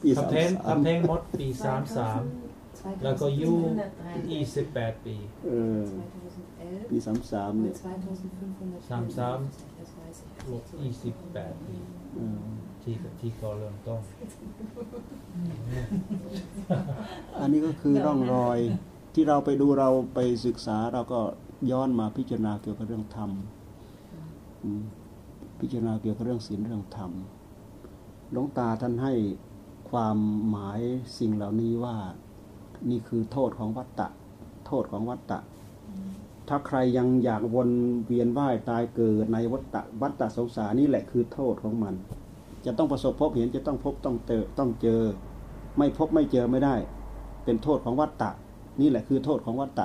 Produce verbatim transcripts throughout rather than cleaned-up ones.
ทำแท้งทำแท้งมดปีสามสามแล้วก็อยู่ยี่สิบแปดปีเออปีสามสามเนี่ยสามสามยี่สิบแปดปีที่ที่ก็เริ่มต้นอันนี้ก็คือร่องรอยที่เราไปดูเราไปศึกษาเราก็ย้อนมาพิจารณาเกี่ยวกับเรื่องธรรมพิจารณาเกี่ยวกับเรื่องศีลเรื่องธรรมหลวงตาท่านให้ความหมายสิ่งเหล่านี้ว่านี่คือโทษของวัฏฏะโทษของวัฏฏะถ้าใครยังอยากวนเวียนว่ายตายเกิดในวัฏฏะวัฏฏะสงสารนี่แหละคือโทษของมันจะต้องประสบพบเห็นจะต้องพบต้องเจอต้องเจอไม่พบไม่เจอไม่ได้เป็นโทษของวัฏฏะนี่แหละคือโทษของวัฏฏะ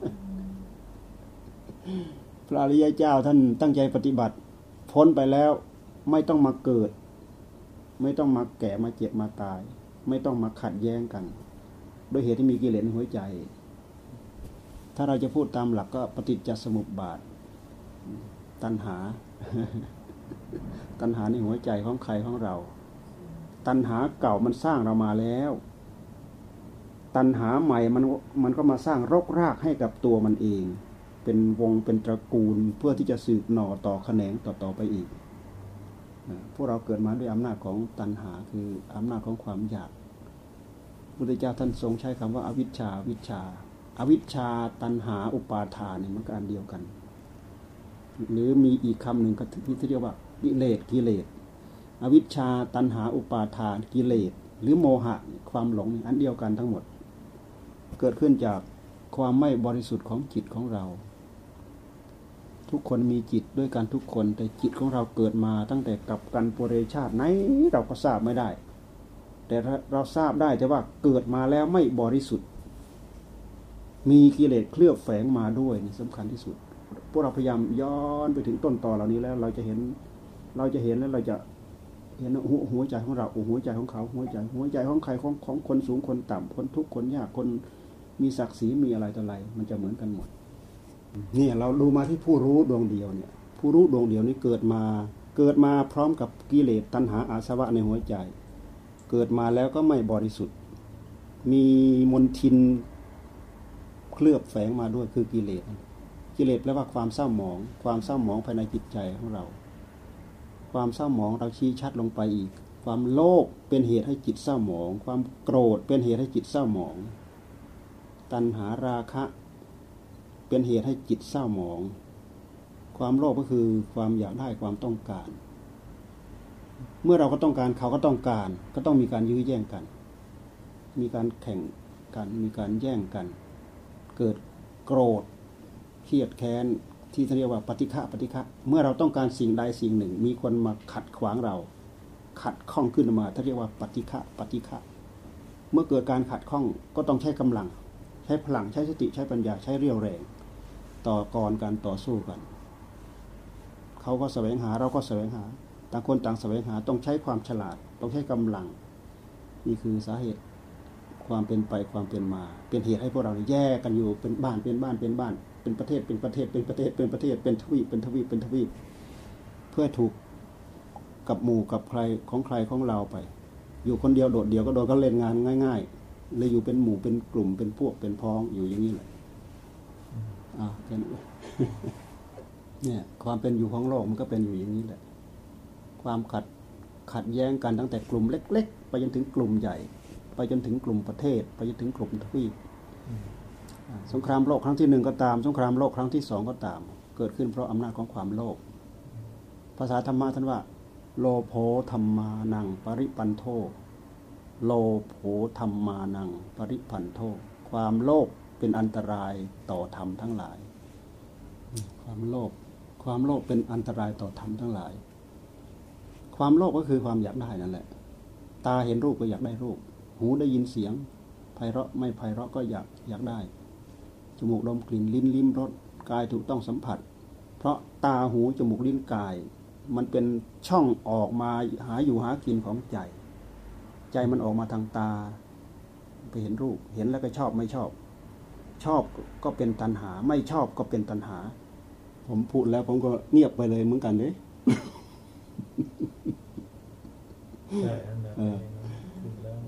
พระอริยเจ้าท่านตั้งใจปฏิบัติพ้นไปแล้วไม่ต้องมาเกิดไม่ต้องมาแก่มาเจ็บมาตายไม่ต้องมาขัดแย้งกันโดยเหตุที่มีกิเลสในหัวใจถ้าเราจะพูดตามหลักก็ปฏิจจสมุปบาทตัณหาตัณหาในหัวใจของใครของเราตัณหาเก่ามันสร้างเรามาแล้วตัณหาใหม่มันมันก็มาสร้างรกรากให้กับตัวมันเองเป็นวงเป็นตระกูลเพื่อที่จะสืบหน่อต่อแขนงต่อๆไปอีกพวกเราเกิดมาด้วยอำนาจของตัณหาคืออำนาจของความอยากพุทธเจ้าท่านทรงใช้คำว่าอวิชชาวิชชาอวิชชาตัณหาอุปาทานเนี่ยมันก็อันเดียวกันหรือมีอีกคำหนึ่งก็ที่เรียกว่ากิเลสกิเลสอวิชชาตัณหาอุปาทานกิเลสหรือโมหะความหลงอันเดียวกันทั้งหมดเกิดขึ้นจากความไม่บริสุทธิ์ของจิตของเราทุกคนมีจิตด้วยกันทุกคนแต่จิตของเราเกิดมาตั้งแต่กับกันปุเรชาติไหนเราก็ทราบไม่ได้แต่เราทราบได้แต่ว่าเกิดมาแล้วไม่บริสุทธิ์มีกิเลสเคลือบแฝงมาด้วยนี่สำคัญที่สุดพวกเราพยายามย้อนไปถึงต้นตอเหล่านี้แล้วเราจะเห็นเราจะเห็นแล้วเราจะเห็นหัวใจของเราหัวใจของเขาหัวใจหัวใจของใครของของคนสูงคนต่ำคนทุกข์คนยากคนมีศักดิ์ศรีมีอะไรต่ออะไรมันจะเหมือนกันหมดนี่เราดูมาที่ผู้รู้ดวงเดียวเนี่ยผู้รู้ดวงเดียวนี้เกิดมาเกิดมาพร้อมกับกิเลสตัณหาอาสวะในหัวใจเกิดมาแล้วก็ไม่บริสุทธิ์มีมลทินเคลือบแฝงมาด้วยคือกิเลสกิเลสแปลว่าความเศร้าหมองความเศร้าหมองภายในจิตใจของเราความเศร้าหมองเราชี้ชัดลงไปอีกความโลภเป็นเหตุให้จิตเศร้าหมองความโกรธเป็นเหตุให้จิตเศร้าหมองตัณหาราคะเป็นเหตุให้จิตเศร้าหมองความโลภก็คือความอยากได้ความต้องการเมื่อเราก็ต้องการเขาก็ต้องการก็ต้องมีการยื้อแย่งกันมีการแข่งกันมีการแย่งกันเกิดโกรธเครียดแค้นที่เรียกว่าปฏิฆะปฏิฆะเมื่อเราต้องการสิ่งใดสิ่งหนึ่งมีคนมาขัดขวางเราขัดข้องขึ้นมาที่เรียกว่าปฏิฆะปฏิฆะเมื่อเกิดการขัดข้องก็ต้องใช้กำลังใช้พลังใช้สติใช้ปัญญาใช้เรี่ยวแรงต่อกรการต่อสู้กันเขาก็แสวงหาเราก็แสวงหาต่างคนต่างแสวงหาต้องใช้ความฉลาดต้องใช้กำลังนี่คือสาเหตุความเป็นไปความเป็นมาเป็นเหตุให้พวกเราแยกกันอยู่เป็นบ้านเป็นบ้านเป็นบ้านเป็นประเทศเป็นประเทศเป็นประเทศเป็นประเทศเป็นทวีปเป็นทวีปเป็นทวีปเพื่อถูกกับหมู่กับใครของใครของเราไปอยู่คนเดียวโดดเดี่ยวก็โดนก็เล่นงานง่ายๆเลยอยู่เป็นหมู่เป็นกลุ่มเป็นพวกเป็นพ้องอยู่อย่างนี้แหละอ่าแค่นี้เนี่ยความเป็นอยู่ของโลกมันก็เป็นอยู่อย่างนี้แหละความขัดขัดแย้งกันตั้งแต่กลุ่มเล็กๆไปจนถึงกลุ่มใหญ่ไปจนถึงกลุ่มประเทศไปจนถึงกลุ่มทวีปสงครามโลกครั้งที่หนึ่งก็ตามสงครามโลกครั้งที่สองก็ตามเกิดขึ้นเพราะอำนาจของความโลภภาษาธรรมะท่านว่าโลโภธัมมานังปริปันโทโลโภธัมมานังปริปันโทความโลภเป็นอันตรายต่อธรรมทั้งหลายความโลภความโลภเป็นอันตรายต่อธรรมทั้งหลายความโลภก็คือความอยากได้นั่นแหละตาเห็นรูปก็อยากได้รูปหูได้ยินเสียงไพเราะไม่ไพเราะก็อยากอยากได้จมูกดมกลิ่นลิ้นลิ้มรสกายถูกต้องสัมผัสเพราะตาหูจมูกลิ้นกายมันเป็นช่องออกมาหาอยู่หากินของใจใจมันออกมาทางตาไปเห็นรูปเห็นแล้วก็ชอบไม่ชอบชอบก็เป็นตัณหาไม่ชอบก็เป็นตัณหาผมพูดแล้วผมก็เงียบไปเลยเหมือนกันเลยใช่อันนั้น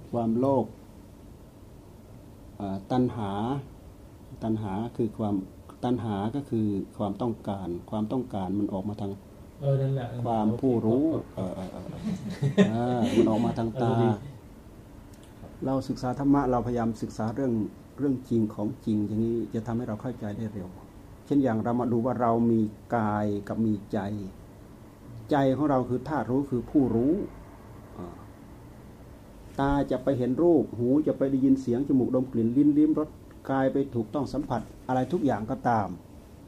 ความโลภตัณหาตัณหาคือความตัณหาก็คือความต้องการความต้องการมันออกมาทางเออนั่นแหละความผู้รู้เออเออเออมันออกมาทางตาเราศึกษาธรรมะเราพยายามศึกษาเรื่องเรื่องจริงของจริงอย่างนี้จะทำให้เราเข้าใจได้เร็วเช่นอย่างเรามาดูว่าเรามีกายกับมีใจใจของเราคือธาตุรู้คือผู้รู้ตาจะไปเห็นรูปหูจะไปได้ยินเสียงจมูกดมกลิ่นลิ้นลิ้มรสกายไปถูกต้องสัมผัสอะไรทุกอย่างก็ตาม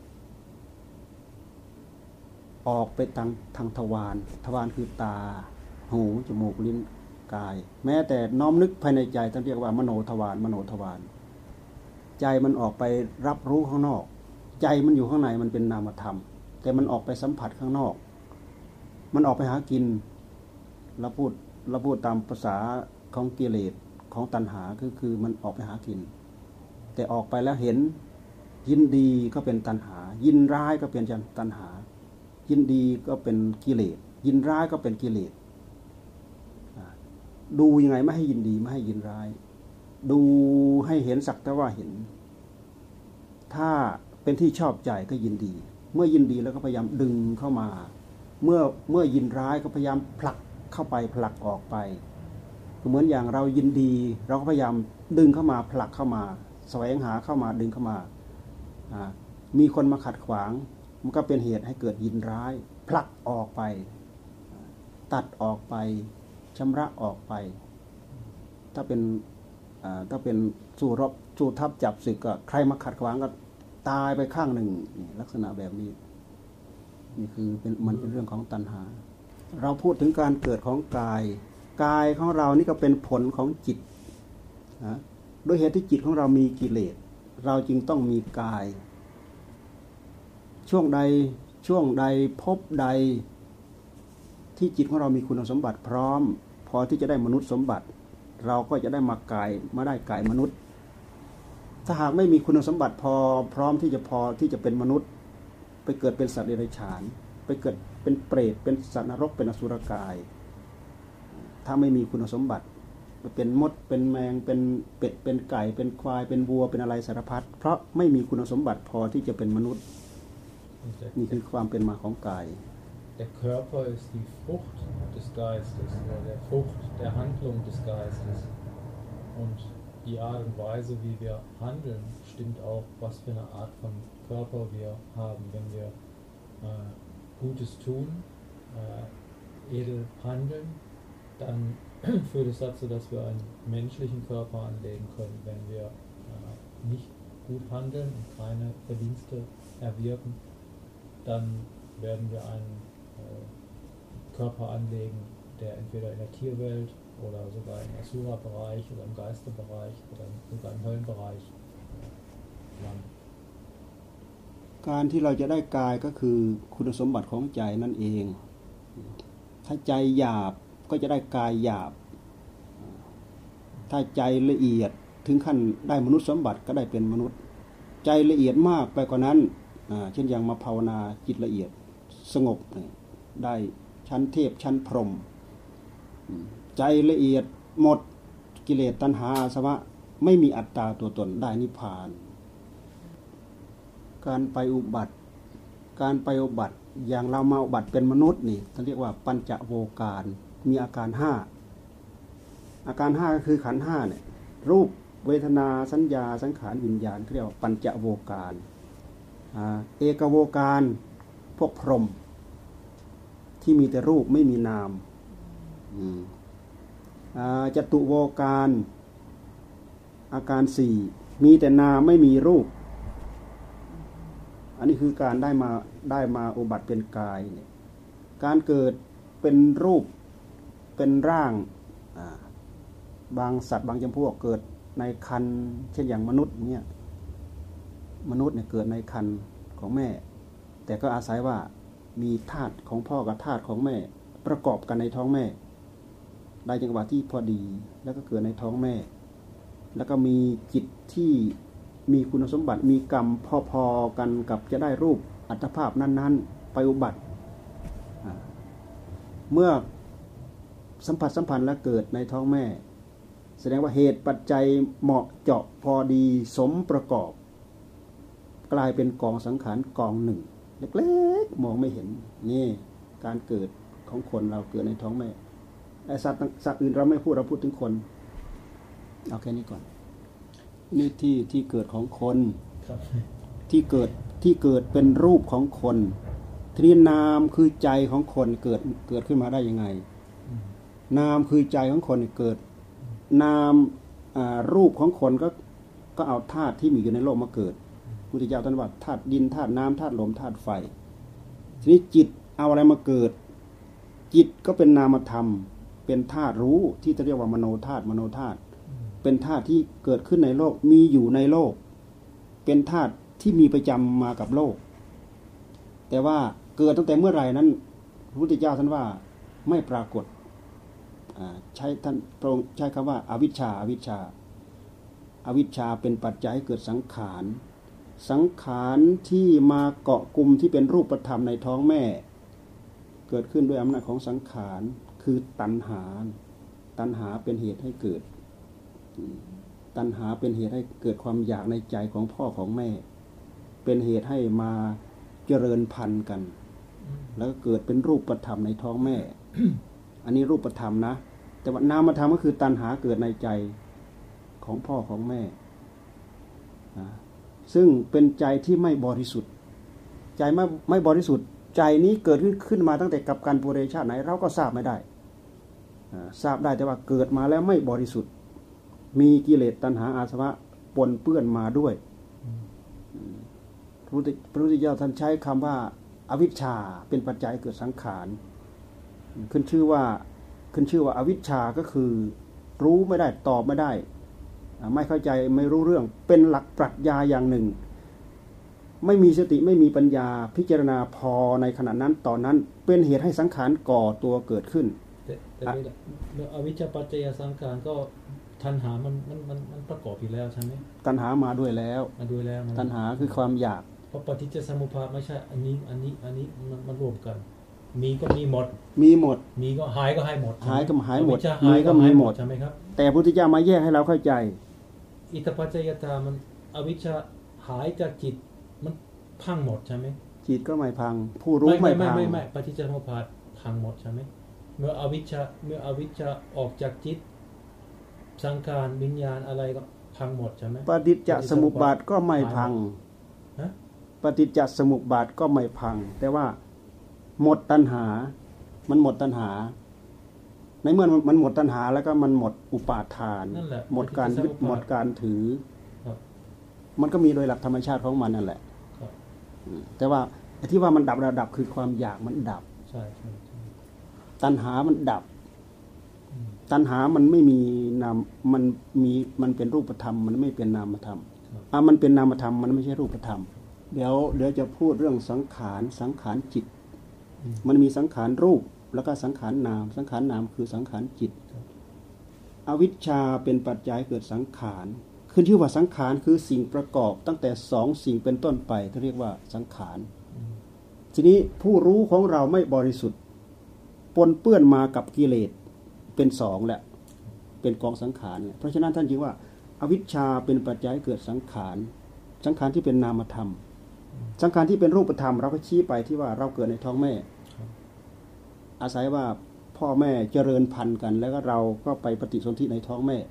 ออกไปทางทางทวารทวารคือตาหูจมูกลิ้นกายแม้แต่น้อมนึกภายในใจท่านเรียกว่ามโนทวารมโนทวารใจมันออกไปรับรู้ข้างนอกใจมันอยู่ข้างในมันเป็นนามธรรมแต่มันออกไปสัมผัสข้างนอกมันออกไปหากินเราพูดเราพูดตามภาษาของกิเลสของตัณหาคือคือมันออกไปหากินแต่ออกไปแล้วเห็นยินดีก็เป็นตัณหายินร้ายก็เป็นตัณหายินดีก็เป็นกิเลสยินร้ายก็เป็นกิเลสดูยังไงไม่ให้ยินดีไม่ให้ยินร้ายดูให้เห็นสักแต่ว่าเห็นถ้าเป็นที่ชอบใจก็ยินดีเมื่อยินดีแล้วก็พยายามดึงเข้ามาเมื่อเมื่อยินร้ายก็พยายามผลักเข้าไปผลักออกไปเหมือนอย่างเรายินดีเราก็พยายามดึงเข้ามาผลักเข้ามาแสวงหาเข้ามาดึงเข้ามามีคนมาขัดขวางมันก็เป็นเหตุให้เกิดยินร้ายผลักออกไปตัดออกไปชำระออกไปถ้าเป็นถ้าเป็นสู้รบสู้ทับจับศึกก็ใครมาขัดขวางก็ตายไปข้างหนึ่งลักษณะแบบนี้นี่คือเป็นมันเป็นเรื่องของตัณหาเราพูดถึงการเกิดของกายกายของเรานี่ก็เป็นผลของจิตนะด้วยเหตุที่จิตของเรามีกิเลสเราจึงต้องมีกายช่วงใดช่วงใดพบใดที่จิตของเรามีคุณสมบัติพร้อมพอที่จะได้มนุษย์สมบัติเราก็จะได้มากายมาได้กายมนุษย์ถ้าหากไม่มีคุณสมบัติพอพร้อมที่จะพอที่จะเป็นมนุษย์ไปเกิดเป็นสัตว์เดรัจฉานไปเกิดเป็นเปรตเป็นสัตว์นรกเป็นอสุรกายถ้าไม่มีคุณสมบัติเป็นมดเป็นแมงเป็นเป็ดเป็นไก่เป็นควายเป็นวัวเป็นอะไรสารพัดเพราะไม่มีคุณสมบัติพอที่จะเป็นมนุษย์นี่คือความเป็นมาของกาย Der Körper ist die Frucht des Geistes, oder der Frucht der Handlung des Geistes. Und die Art und Weise, wie wir handeln, stimmt auch, was für eine Art von Körper wir haben. Wenn wir äh, Gutes tun, äh, edel handeln, dann führt es dazu, dass wir einen menschlichen Körper anlegen können. Wenn wir äh, nicht gut handeln und keine Verdienste erwirken, dann werden wir einen äh, Körper anlegen, der entweder in der Tierwelt oder sogar im Asura-Bereich oder im Geisterbereich oder sogar im Höllenbereich landet. การที่เราจะได้กายก็คือคุณสมบัติของใจนั่นเองถ้าใจหยาบก็จะได้กายหยาบถ้าใจละเอียดถึงขั้นได้มนุษย์สมบัติก็ได้เป็นมนุษย์ใจละเอียดมากไปกว่านั้นเช่นอย่างมาภาวนาจิตละเอียดสงบได้ชั้นเทพชั้นพรหมใจละเอียดหมดกิเลสตัณหาอาสวะไม่มีอัตตาตัวตนได้นิพพานการไปอุบัติการไปอุบัติอย่างเรามาอุบัติเป็นมนุษย์นี่ท่านเรียกว่าปัญจโวการมีอาการห้าอาการห้าก็คือขันธ์ห้าเนี่ยรูปเวทนาสัญญาสังขารวิญญาณเรียกว่าปัญจโวการเอกโวการพวกพรหมที่มีแต่รูปไม่มีนามจตุโวการอาการสี่มีแต่นามไม่มีรูปอันนี้คือการได้มาได้มาอุบัติเป็นกายเนี่ยการเกิดเป็นรูปเป็นร่างบางสัตว์บางจำพวกเกิดในครรภ์เช่นอย่างมนุษย์เนี่ยมนุษย์เนี่ยเกิดในครรภ์ของแม่แต่ก็อาศัยว่ามีธาตุของพ่อกับธาตุของแม่ประกอบกันในท้องแม่ได้จังหวะที่พอดีแล้วก็เกิดในท้องแม่แล้วก็มีจิตที่มีคุณสมบัติมีกรรมพอๆกันกับจะได้รูปอัตภาพนั้นๆไปอุบัติเมื่อสัมผัสสัมพันธ์และเกิดในท้องแม่แสดงว่าเหตุปัจจัยเหมาะเจาะพอดีสมประกอบกลายเป็นกองสังขารกองหนึ่งเล็กๆมองไม่เห็นนี่การเกิดของคนเราเกิดในท้องแม่ไอ้สัตว์สัตว์อื่นเราไม่พูดเราพูดถึงคนเอาแค่นี้ก่อนนี่ที่ที่เกิดของคนที่เกิดที่เกิดเป็นรูปของคนทีนี้นามคือใจของคนเกิดเกิดขึ้นมาได้ยังไงนามคือใจของคนเกิดนามรูปของคนก็ก็เอาธาตุที่มีอยู่ในโลกมาเกิดพุทธเจ้าท่านว่าธาตุดินธาตุน้ำธาตุลมธาตุไฟทีนี้จิตเอาอะไรมาเกิดจิตก็เป็นนามธรรมเป็นธาตุรู้ที่จะเรียกว่ามโนธาตุมโนธาตุเป็นธาตุที่เกิดขึ้นในโลกมีอยู่ในโลกเป็นธาตุที่มีประจำมากับโลกแต่ว่าเกิดตั้งแต่เมื่อไหร่นั้นพระพุทธเจ้าท่านว่าไม่ปรากฏใช้ท่านพระองค์ใช้คำว่าอวิชชาอวิชชาอวิชชาเป็นปัจจัยให้เกิดสังขารสังขารที่มาเกาะกลุ่มที่เป็นรูปธรรมในท้องแม่เกิดขึ้นด้วยอำนาจของสังขารคือตัณหาตัณหาเป็นเหตุให้เกิดตัณหาเป็นเหตุให้เกิดความอยากในใจของพ่อของแม่เป็นเหตุให้มาเจริญพันธุ์กันแล้วก็เกิดเป็นรูปธรรมในท้องแม่ อันนี้รูปธรรมนะแต่ว่านามธรรมก็คือตัณหาเกิดในใจของพ่อของแม่ซึ่งเป็นใจที่ไม่บริสุทธิ์ใจไม่ไม่บริสุทธิ์ใจนี้เกิดขึ้นมาตั้งแต่กับการปุเรชาติไหนเราก็ทราบไม่ได้ทราบได้แต่ว่าเกิดมาแล้วไม่บริสุทธิ์มีกิเลสตัณหาอาสวะปนเปื้อนมาด้วยพระพุทธเจ้าท่านใช้คำว่าอวิชชาเป็นปัจจัยเกิดสังขารขึ้นชื่อว่าขึ้นชื่อว่าอวิชชาก็คือรู้ไม่ได้ตอบไม่ได้ไม่เข้าใจไม่รู้เรื่องเป็นหลักปรัชญาอย่างหนึ่งไม่มีสติไม่มีปัญญาพิจารณาพอในขณะนั้นตอนนั้นเป็นเหตุให้สังขารก่อตัวเกิดขึ้นแต่แต่เมื่ออวิชชาปัจจัยสังขารก็ตัณหามันมันมันมันประกอบอยู่แล้วใช่ไหมตัณหามาด้วยแล้วมาด้วยแล้วตัณหาคือความอยากเพราะปฏิจจสมุปบาทไม่ใช่อันนี้อันนี้อันนี้มันมันรวมกันมีก็มีหมดมีหมดมีก็หายก็หายหมดหายก็หายหมดมีก็มีหมดใช่ไหมครับแต่พระพุทธเจ้ามาแยกให้เราเข้าใจอิทธิปัจจยตามันอวิชชาหายจากจิตมันพังหมดใช่ไหมจิตก็ไม่พังผู้รู้ไม่พังไม่ไม่ไม่ปฏิจจสมุปบาทพังหมดใช่ไหมเมื่ออวิชชาเมื่ออวิชชาออกจากจิตสังขารวิญญาณอะไรก็พังหมดใช่ไหมปฏิจจสมุปบาทก็ไม่พังปฏิจจสมุปบาทก็ไม่พังแต่ว่าหมดตัณหามันหมดตัณหาในเมื่อมันหมดตัณหาแล้วก็มันหมดอุปาทานหมดการยึดหมดการถือมันก็มีโดยหลักธรรมชาติของมันนั่นแหละแต่ว่าที่ว่ามันดับระดับคือความอยากมันดับใช่ใช่ตัณหามันดับตัณหามันไม่มีนามมันมีมันเป็นรูปธรรมมันไม่เป็นนามธรรมอ่ะมันเป็นนามธรรมมันไม่ใช่รูปธรรมเดี๋ยวเดี๋ยวจะพูดเรื่องสังขารสังขารจิตมันมีสังขารรูปแล้วก็สังขารนามสังขารนามคือสังขารจิตอวิชชาเป็นปัจจัยเกิดสังขารขึ้นชื่อว่าสังขารคือสิ่งประกอบตั้งแต่สองสิ่งเป็นต้นไปที่เรียกว่าสังขารทีนี้ผู้รู้ของเราไม่บริสุทธิ์ปนเปื้อนมากับกิเลสเป็นสองแหละเป็นกองสังขารเพราะฉะนั้นท่านจึงว่าอวิชชาเป็นปัจจัยเกิดสังขารสังขารที่เป็นนามธรรมสังขารที่เป็นรูปธรรมเราก็ชี้ไปที่ว่าเราเกิดในท้องแม่อาศัยว่าพ่อแม่เจริญพันธุ์กันแล้วก็เราก็ไปปฏิสนธิในท้องแม่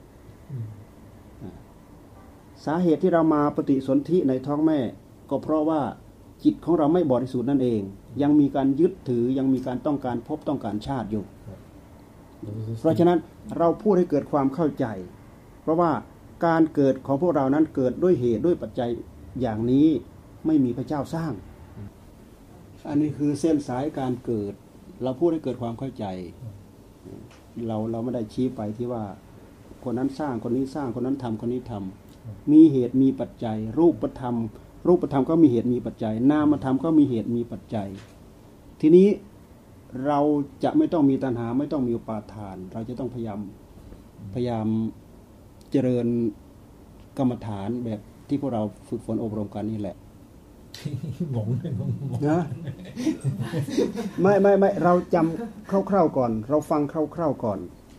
สาเหตุที่เรามาปฏิสนธิในท้องแม่ก็เพราะว่าจิตของเราไม่บริสุทธิ์นั่นเองยังมีการยึดถือยังมีการต้องการพบต้องการชาติอยู่เพราะฉะนั้นเราพูดให้เกิดความเข้าใจเพราะว่าการเกิดของพวกเรานั้นเกิดด้วยเหตุด้วยปัจจัยอย่างนี้ไม่มีพระเจ้าสร้างอันนี้คือเส้นสายการเกิดเราพูดให้เกิดความเข้าใจเราเราไม่ได้ชี้ไปที่ว่าคนนั้นสร้างคนนี้สร้างคนนั้นทำคนนี้ทำมีเหตุมีปัจจัยรูปธรรมรูปธรรมก็มีเหตุมีปัจจัยนามธรรมก็มีเหตุมีปัจจัยทีนี้เราจะไม่ต้องมีตัณหาไม่ต้องมีอุปาทานเราจะต้องพยายามพยายามเจริญกรรมฐานแบบที่พวกเราฝึกฝนอบรมกันนี่แหละงงเลยงงนะไม่ไม่ไม่เราจำคร่าวๆก่อนเราฟังคร่าวๆก่อน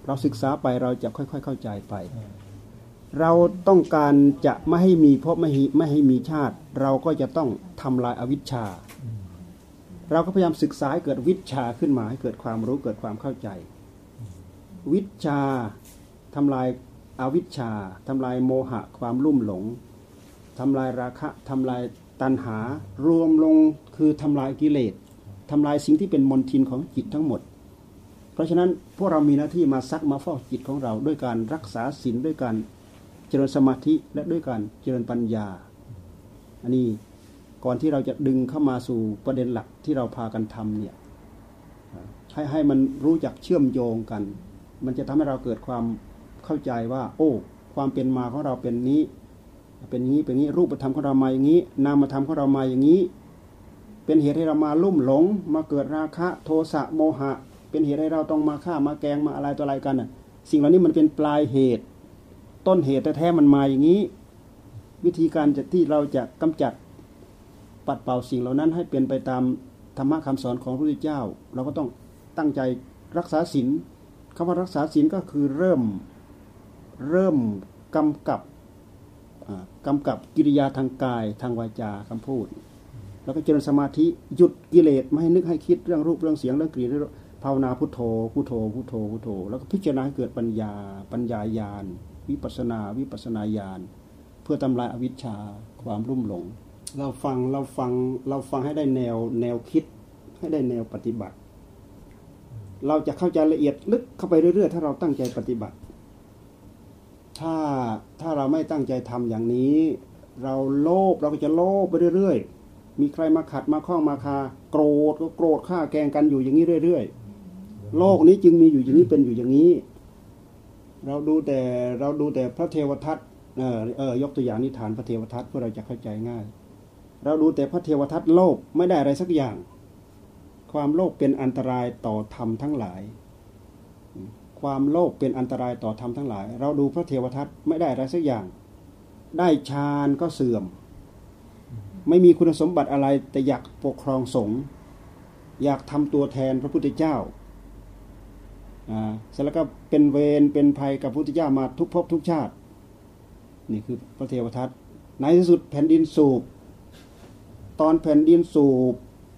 เราศึกษาไปเราจะค่อยๆเข้าใจไปเราต้องการจะไม่ให้มีภพไม่ให้ไม่ให้มีชาติเราก็จะต้องทำลายอวิชชาเราก็พยายามศึกษาให้เกิดวิชชาขึ้นมาให้เกิดความรู้เกิดความเข้าใจวิชชาทำลายอวิชชาทำลายโมหะความลุ่มหลงทำลายราคะทำลายตัณหารวมลงคือทำลายกิเลสทำลายสิ่งที่เป็นมลทินของจิตทั้งหมดเพราะฉะนั้นพวกเรามีหน้าที่มาซักมาฟอกจิตของเราด้วยการรักษาศีลด้วยการเจริญสมาธิและด้วยการเจริญปัญญาอันนี้ก่อนที่เราจะดึงเข้ามาสู่ประเด็นหลักที่เราพากันทำเนี่ยให้ให้มันรู้จักเชื่อมโยงกันมันจะทำให้เราเกิดความเข้าใจว่าโอ้ความเป็นมาของเราเป็นนี้เป็นนี้เป็นนี้รูปธรรมของเรามาอย่างนี้นามธรรมของเรามาอย่างนี้เป็นเหตุให้เรามาลุ่มหลงมาเกิดราคะโทสะโมหะเป็นเหตุให้เราต้องมาฆ่ามาแกงมาอะไรตัวอะไรกันน่ะสิ่งเหล่านี้มันเป็นปลายเหตุต้นเหตุแท้ๆมันมาอย่างนี้วิธีการจะที่เราจะกำจัดปัดเป่าสิ่งเหล่านั้นให้เป็นไปตามธรรมะคำสอนของพระพุทธเจ้าเราก็ต้องตั้งใจรักษาศีลคำว่ารักษาศีลก็คือเริ่มเริ่มกำกับกำกับกิริยาทางกายทางวาจาคำพูดแล้วก็เจริญสมาธิหยุดกิเลสไม่ให้นึกให้คิดเรื่องรูปเรื่องเสียงเรื่องกลิ่นภาวนาพุทโธพุทโธพุทโธพุทโธแล้วก็พิจารณาให้เกิดปัญญาปัญญาญาณวิปัสสนาวิปัสสนาญาณเพื่อทำลายอวิชชาความรุ่มหลงเราฟังเราฟังเราฟังให้ได้แนวแนวคิดให้ได้แนวปฏิบัติเราจะเข้าใจละเอียดลึกเข้าไปเรื่อยๆถ้าเราตั้งใจปฏิบัติถ้าถ้าเราไม่ตั้งใจทำอย่างนี้เราโลภเราก็จะโลภไปเรื่อยๆมีใครมาขัดมาข้องมาคาโกรธก็โกรธฆ่าแกล้งกันอยู่อย่างนี้เรื่อยๆโลกนี้จึงมีอยู่อย่างนี้เป็นอยู่อย่างนี้เราดูแต่เราดูแต่พระเทวทัตเออเออยกตัวอย่างนิทานพระเทวทัตเพื่อเราจะเข้าใจง่ายเราดูแต่พระเทวทัตโลภไม่ได้อะไรสักอย่างความโลภเป็นอันตรายต่อธรรมทั้งหลายความโลภเป็นอันตรายต่อธรรมทั้งหลายเราดูพระเทวทัตไม่ได้อะไรสักอย่างได้ฌานก็เสื่อมไม่มีคุณสมบัติอะไรแต่อยากปกครองสงฆ์อยากทำตัวแทนพระพุทธเจ้าอ่าเสร็จแล้วก็เป็นเวรเป็นภัยกับพระพุทธเจ้ามาทุกภพทุกชาตินี่คือพระเทวทัตในที่สุดแผ่นดินสูบตอนแผ่นดินสูบ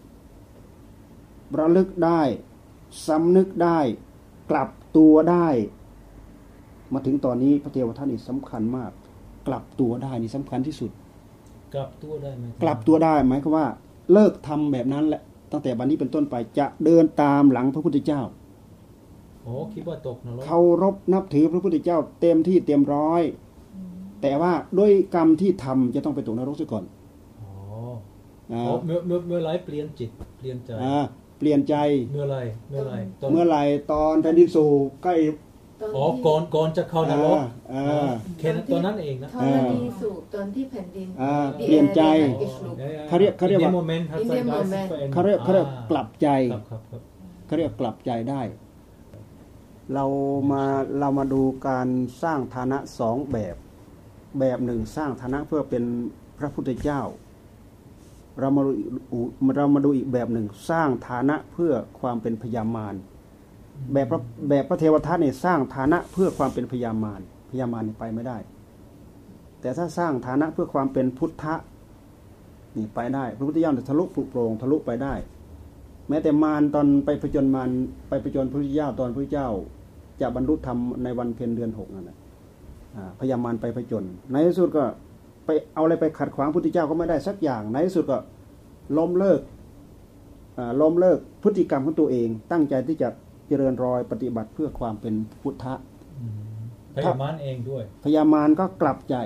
ระลึกได้สำนึกได้กลับตัวได้มาถึงตอนนี้พระเทวทัตนี่สำคัญมากกลับตัวได้นี่สำคัญที่สุดกลับตัวได้ไหมกลับตัวได้หมายความว่าเลิกทำแบบนั้นแหละตั้งแต่บัดนี้เป็นต้นไปจะเดินตามหลังพระพุทธเจ้าโอ้คิดว่าตกนรกเคารพนับถือพระพุทธเจ้าเต็มที่เต็มร้อยแต่ว่าด้วยกรรมที่ทำจะต้องไปตกนรกซะก่อนอ๋อเมื่อเมื่อเมื่อไรเปลี่ยนจิตเปลี่ยนใจเปลี่ยนใจเมื่อไรเมื่อไรเมื่อไรตอนแผ่นดินสูบใกล้อ๋อก่อนก่อนจะเข้านรกแค่ตอนนั้นเองนะตอนที่สูบตอนที่แผ่นดินเปลี่ยนใจเขาเรียกเขาเรียกว่าเขาเรียกเขาเรียกกลับใจเขาเรียกกลับใจได้เรามาเรามาดูการสร้างฐานะสองแบบแบบหนึ่งสร้างฐานะเพื่อเป็นพระพุทธเจ้าเรามาดูเรามาดูอีกแบบหนึ่งสร้างฐานะเพื่อความเป็นพญามารแบบพระแบบพระเทวทัตเนี่ยสร้างฐานะเพื่อความเป็นพญามารพญามารนี่ไปไม่ได้แต่ถ้าสร้างฐานะเพื่อความเป็นพุทธะนี่ไปได้พระพุทธเจ้าจะทะลุปลุกโปร่งทะลุไปได้แม้แต่มารตอนไปผจญมารไปผจญพระพุทธเจ้าตอนพระพุทธเจ้าจะบรรลุธรรมในวันเพ็ญเดือนหกนั่นแหละพญามารไปผจญในที่สุดก็ไปเอาอะไรไปขัดขวางพระพุทธเจ้าก็ไม่ได้สักอย่างในที่สุดก็ล้มเลิกล้มเลิกพฤติกรรมของตัวเองตั้งใจที่จะเจริญรอยปฏิบัติเพื่อความเป็นพุทธะพญามารเองด้วยพญามารก็กลับใจ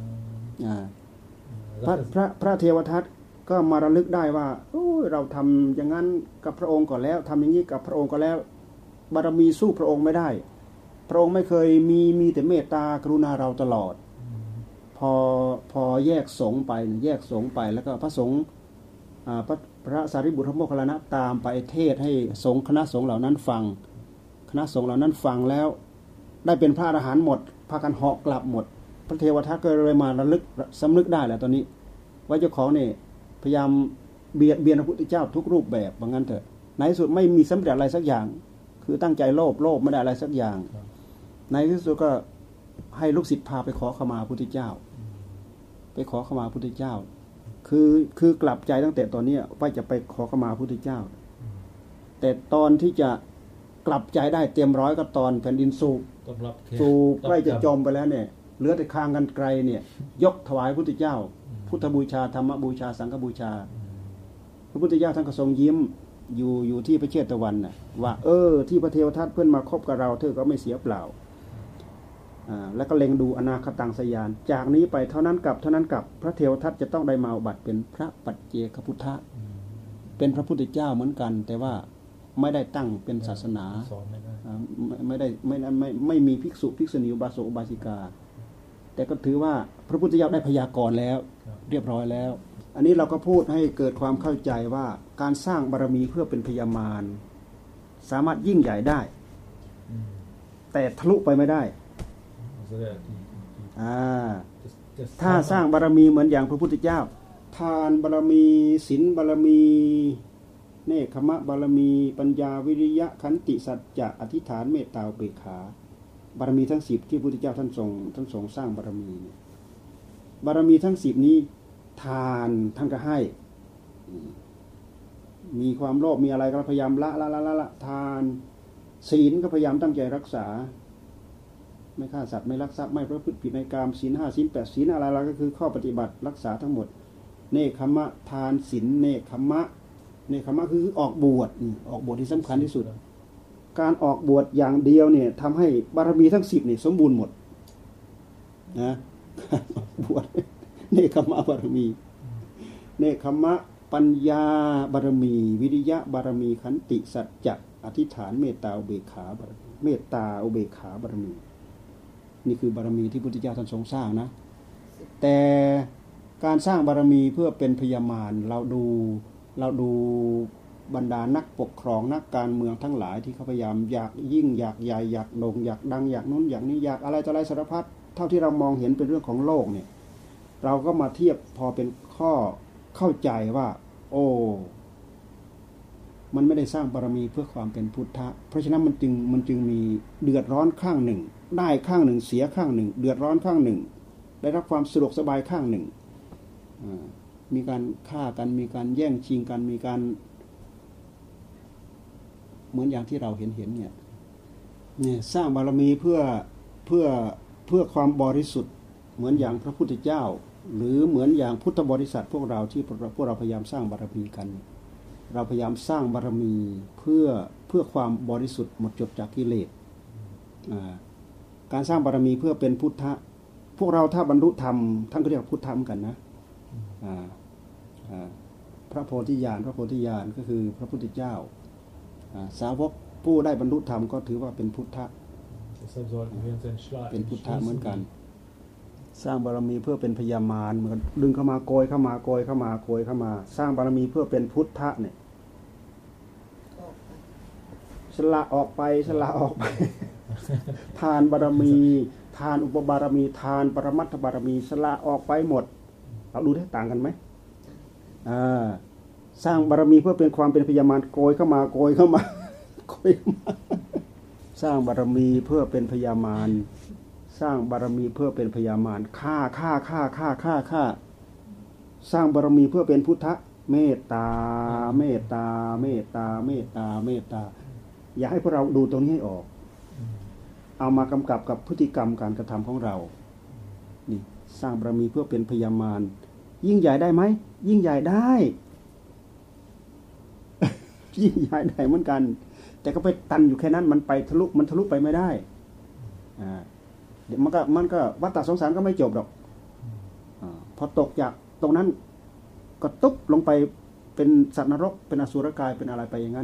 พระพระพระเทวทัตก็มาระลึกได้ว่าเราทำอย่างนั้นกับพระองค์ก่อนแล้วทำอย่างนี้กับพระองค์ก็แล้วบารมีสู้พระองค์ไม่ได้พระองค์ไม่เคยมีมีแต่เมตตากรุณาเราตลอดพอพอแยกสงฆ์ไปแยกสงฆ์ไปแล้วก็พระสงฆ์พระพระสารีบุตรพระโมคคัลลานะตามไปเทศให้สงฆ์คณะสงฆ์เหล่านั้นฟังคณะสงฆ์เหล่านั้นฟังแล้วได้เป็นพระอรหันต์หมดพากันเหาะกลับหมดพระเทวทัตก็เลยมาระลึกสำนึกได้แหละตอนนี้ว่าเจ้าของนี่พยายามเบียดเบียนพระพุทธเจ้าทุกรูปแบบว่างั้นเถอะในที่สุดไม่มีสำเร็จอะไรสักอย่างคือตั้งใจโลภโลภไม่ได้อะไรสักอย่างในที่สุดก็ให้ลูกศิษย์พาไปขอขมาพระพุทธเจ้าไปขอขมาพระพุทธเจ้าคือคือกลับใจตั้งแต่ตอนนี้ว่าจะไปขอขมาพระพุทธเจ้าแต่ตอนที่จะกลับใจได้เต็มร้อยก็ตอนแผ่นดินสูบสูบใกล้จะจมไปแล้วเนี่ยเหลือแต่คางกันไกลเนี่ยยกถวายพระพุทธเจ้าพุทธบูชาธรรมบูชาสังฆบูชาพระพุทธเจ้าท่านก็ทรงยิ้มอยู่อยู่ที่พระเชตวันน่ะว่าเออที่พระเทวทัตเพื่อนมาคบกับเราเธอก็ไม่เสียเปล่าอ่าแล้วก็เล็งดูอนาคตังสยานจากนี้ไปเท่านั้นกับเท่านั้นกับพระเทวทัตจะต้องได้มาบัติเป็นพระปัจเจกพุทธะเป็นพระพุทธเจ้าเหมือนกันแต่ว่าไม่ได้ตั้งเป็นศาสนาไม่ได้ไม่ไม่ไม่มีภิกษุภิกษุณีอุบาสกอุบาสิกาแต่ก็ถือว่าพระพุทธเจ้าได้พยากรณ์แล้วเรียบร้อยแล้วอันนี้เราก็พูดให้เกิดความเข้าใจว่าการสร้างบารมีเพื่อเป็นพยามารสามารถยิ่งใหญ่ได้แต่ทะลุไปไม่ได้ถ้าสร้างบารมีเหมือนอย่างพระพุทธเจ้าทานบารมีศีลบารมีเนคขมะบารมีปัญญาวิริยะขันติสัจจะอธิษฐานเมตตาอุเบกขาบารมีทั้งสิบที่พระพุทธเจ้าท่านทรงท่านทรงสร้างบารมีบารมีทั้งสิบนี้ทานท่านก็ให้มีความโลภมีอะไรก็พยายามละละละละละทานศีลก็พยายามตั้งใจรักษาไม่ฆ่าสัตว์ไม่ลักทรัพย์ไม่ประพฤติผิดในกามศีลห้าศีลแปดศีลอะไรๆก็คือข้อปฏิบัติรักษาทั้งหมดเนคขมะทานศีลเนคขมะเนคขมะคือออกบวชออกบวชที่สำคัญที่สุดการออกบวชอย่างเดียวเนี่ยทำให้บารมีทั้งสิบนี่สมบูรณ์หมดนะบวชเนคขมะบารมีเนคขมะปัญญาบารมีวิริยะบารมีขันติสัจจะอธิษฐานเมตตาอุเบกขาบารมีเมตตาอุเบกขาบารมีนี่คือบารมีที่พุทธเจ้าท่านทรงสร้างนะแต่การสร้างบารมีเพื่อเป็นพยามารเราดูเราดูบรรดานักปกครองนักการเมืองทั้งหลายที่เขาพยายามอยากยิ่งอยากใหญ่อยากโด่งอยากดังอยากนู้นอยากนี้อยากอะไรต่ออะไรสารพัดเท่าที่เรามองเห็นเป็นเรื่องของโลกเนี่ยเราก็มาเทียบพอเป็นข้อเข้าใจว่าโอ้มันไม่ได้สร้างบารมีเพื่อความเป็นพุทธะเพราะฉะนั้นมันจึงมันจึงมีเดือดร้อนข้างหนึ่งได้ข้างหนึ่งเสียข้างหนึ่งเดือดร้อนข้างหนึ่งได้รับความสะดวกสบายข้างหนึ่งมีการฆ่ากันมีการแย่งชิงกันมีการเหมือนอย่างที่เราเห็นเห็นเนี่ยเนี่ยสร้างบารมีเพื่อเพื่อเพื่อความบริสุทธิ์เหมือนอย่างพระพุทธเจ้าหรือเหมือนอย่างพุทธบริษัทพวกเราที่พวกเราพยายามสร้างบารมีกันเราพยายามสร้างบารมีเพื่อเพื่อความบริสุทธิ์หมดจดจากกิเลสการสร้างบารมีเพื่อเป็นพุทธะพวกเราถ้าบรรลุธรรมท่านก็เรียกพุทธะเหมือนกันนะพระโพธิญาณพระโพธิญาณก็คือพระพุทธเจ้าสาวกผู้ได้บรรลุธรรมก็ถือว่าเป็นพุทธะเป็นพุทธะเหมือนกันสร้างบารมีเพื่อเป็นพยามารเหมือนดึงเข้ามาโกยเข้ามาโกยเข้ามาโกยเข้ามาสร้างบารมีเพื่อเป็นพุทธะเนี่ยสละออกไปสละออกไป ทานบารมีทานอุปบารมีทานปรมัตถบารมีสละออกไปหมดเราดูได้ต่างกันไหมอ่าสร้างบารมีเพื่อเป็นความเป็นพยามารโกยเข้ามาโกยเข้ามาโกยเข้ามาสร้างบารมีเพื่อเป็นพยามารสร้างบารมีเพื่อเป็นพยามารฆ่าฆ่าฆ่าฆ่าฆ่าฆ่าสร้างบารมีเพื่อเป็นพุทธะเมตตาเมตตาเมตตาเมตตาเมตตาอยากให้พวกเราดูตรงนี้ให้ออกเอามากำกับกับพฤติกรรมการกระทำของเรานี่สร้างบารมีเพื่อเป็นพยามารยิ่งใหญ่ได้ไหมยิ่งใหญ่ได้ ยิ่งใหญ่ได้เหมือนกันแต่ก็ไปตันอยู่แค่นั้นมันไปทะลุมันทะลุไปไม่ได้อ่าเดี๋ยวมันก็มันก็วัฏฏะสงสารก็ไม่จบหรอกอ่าพอตกจากตรงนั้นก็ตุ๊บลงไปเป็นสัตว์นรกเป็นอสุรกายเป็นอะไรไปอย่างนั้น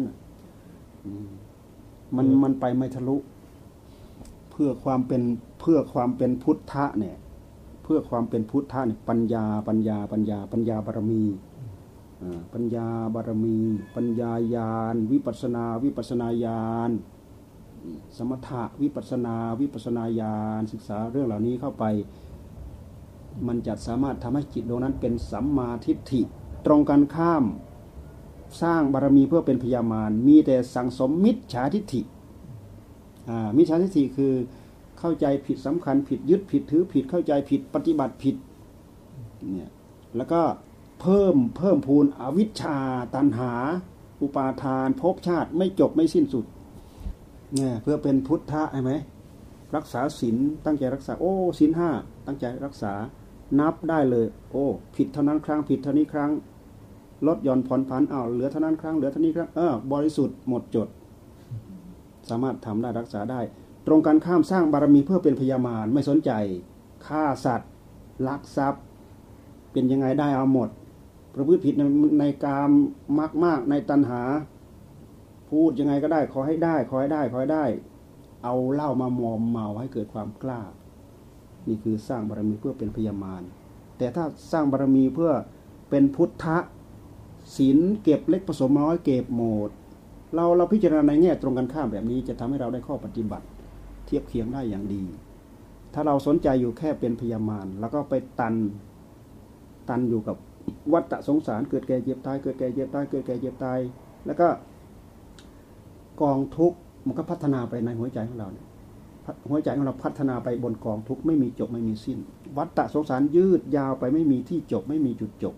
มันมันไปไม่ทะลุเพื่อความเป็นเพื่อความเป็นพุทธะเนี่ยเพื่อความเป็นพุทธะเนี่ยปัญญาปัญญาปัญญาปัญญาบารมีปัญญาบารมีปัญญาญาณวิปัสสนาวิปัสสนาญาณสมถะวิปัสสนาวิปัสสนาญาณศึกษาเรื่องเหล่านี้เข้าไปมันจะสามารถทำให้จิตดวงนั้นเป็นสัมมาทิฏฐิตรงกันข้ามสร้างบารมีเพื่อเป็นพยามารมีแต่สังสมมิจฉาทิฏฐิมิจฉาทิฏฐิคือเข้าใจผิดสำคัญผิดยึดผิดถือผิดเข้าใจผิดปฏิบัติผิดเนี่ยแล้วก็เพิ่มเพิ่มพูนอวิชชาตัณหาอุปาทานภพชาติไม่จบไม่สิ้นสุดเนี่ยเพื่อเป็นพุทธะใช่ไหมรักษาศีลตั้งใจรักษาโอ้ศีลห้าตั้งใจรักษานับได้เลยโอ้ผิดเท่านั้นครั้งผิดเท่านี้ครั้งลดหย่อนผ่อนผันอ้าวเหลือเท่านั้นครั้งเหลือเท่านี้ครั้งเออบริสุทธิ์หมดจดสามารถทำได้รักษาได้ตรงกันข้ามสร้างบารมีเพื่อเป็นพยามารไม่สนใจฆ่าสัตว์ลักทรัพย์เป็นยังไงได้เอาหมดประพฤติผิดในในกามมากมากในตัณหาพูดยังไงก็ได้ขอให้ได้ขอให้ได้ขอให้ได้เอาเหล้ามามอมเมาให้เกิดความกล้านี่คือสร้างบารมีเพื่อเป็นพยามารแต่ถ้าสร้างบารมีเพื่อเป็นพุทธะศีลเก็บเล็กผสมน้อยเก็บหมดเราเราพิจารณาในแง่ตรงกันข้ามแบบนี้จะทำให้เราได้ข้อปฏิบัติเทียบเคียงได้อย่างดีถ้าเราสนใจอยู่แค่เป็นพยามารแล้วก็ไปตันตันอยู่กับวัฏสงสารเกิดแก่เจ็บตายเกิดแก่เจ็บตายเกิดแก่เจ็บตายแล้วก็กองทุกข์มันก็พัฒนาไปในหัวใจของเราเนี่ยหัวใจของเราพัฒนาไปบนกองทุกข์ไม่มีจบไม่มีสิ้นวัฏสงสารยืดยาวไปไม่มีที่จบไม่มีจุดจบ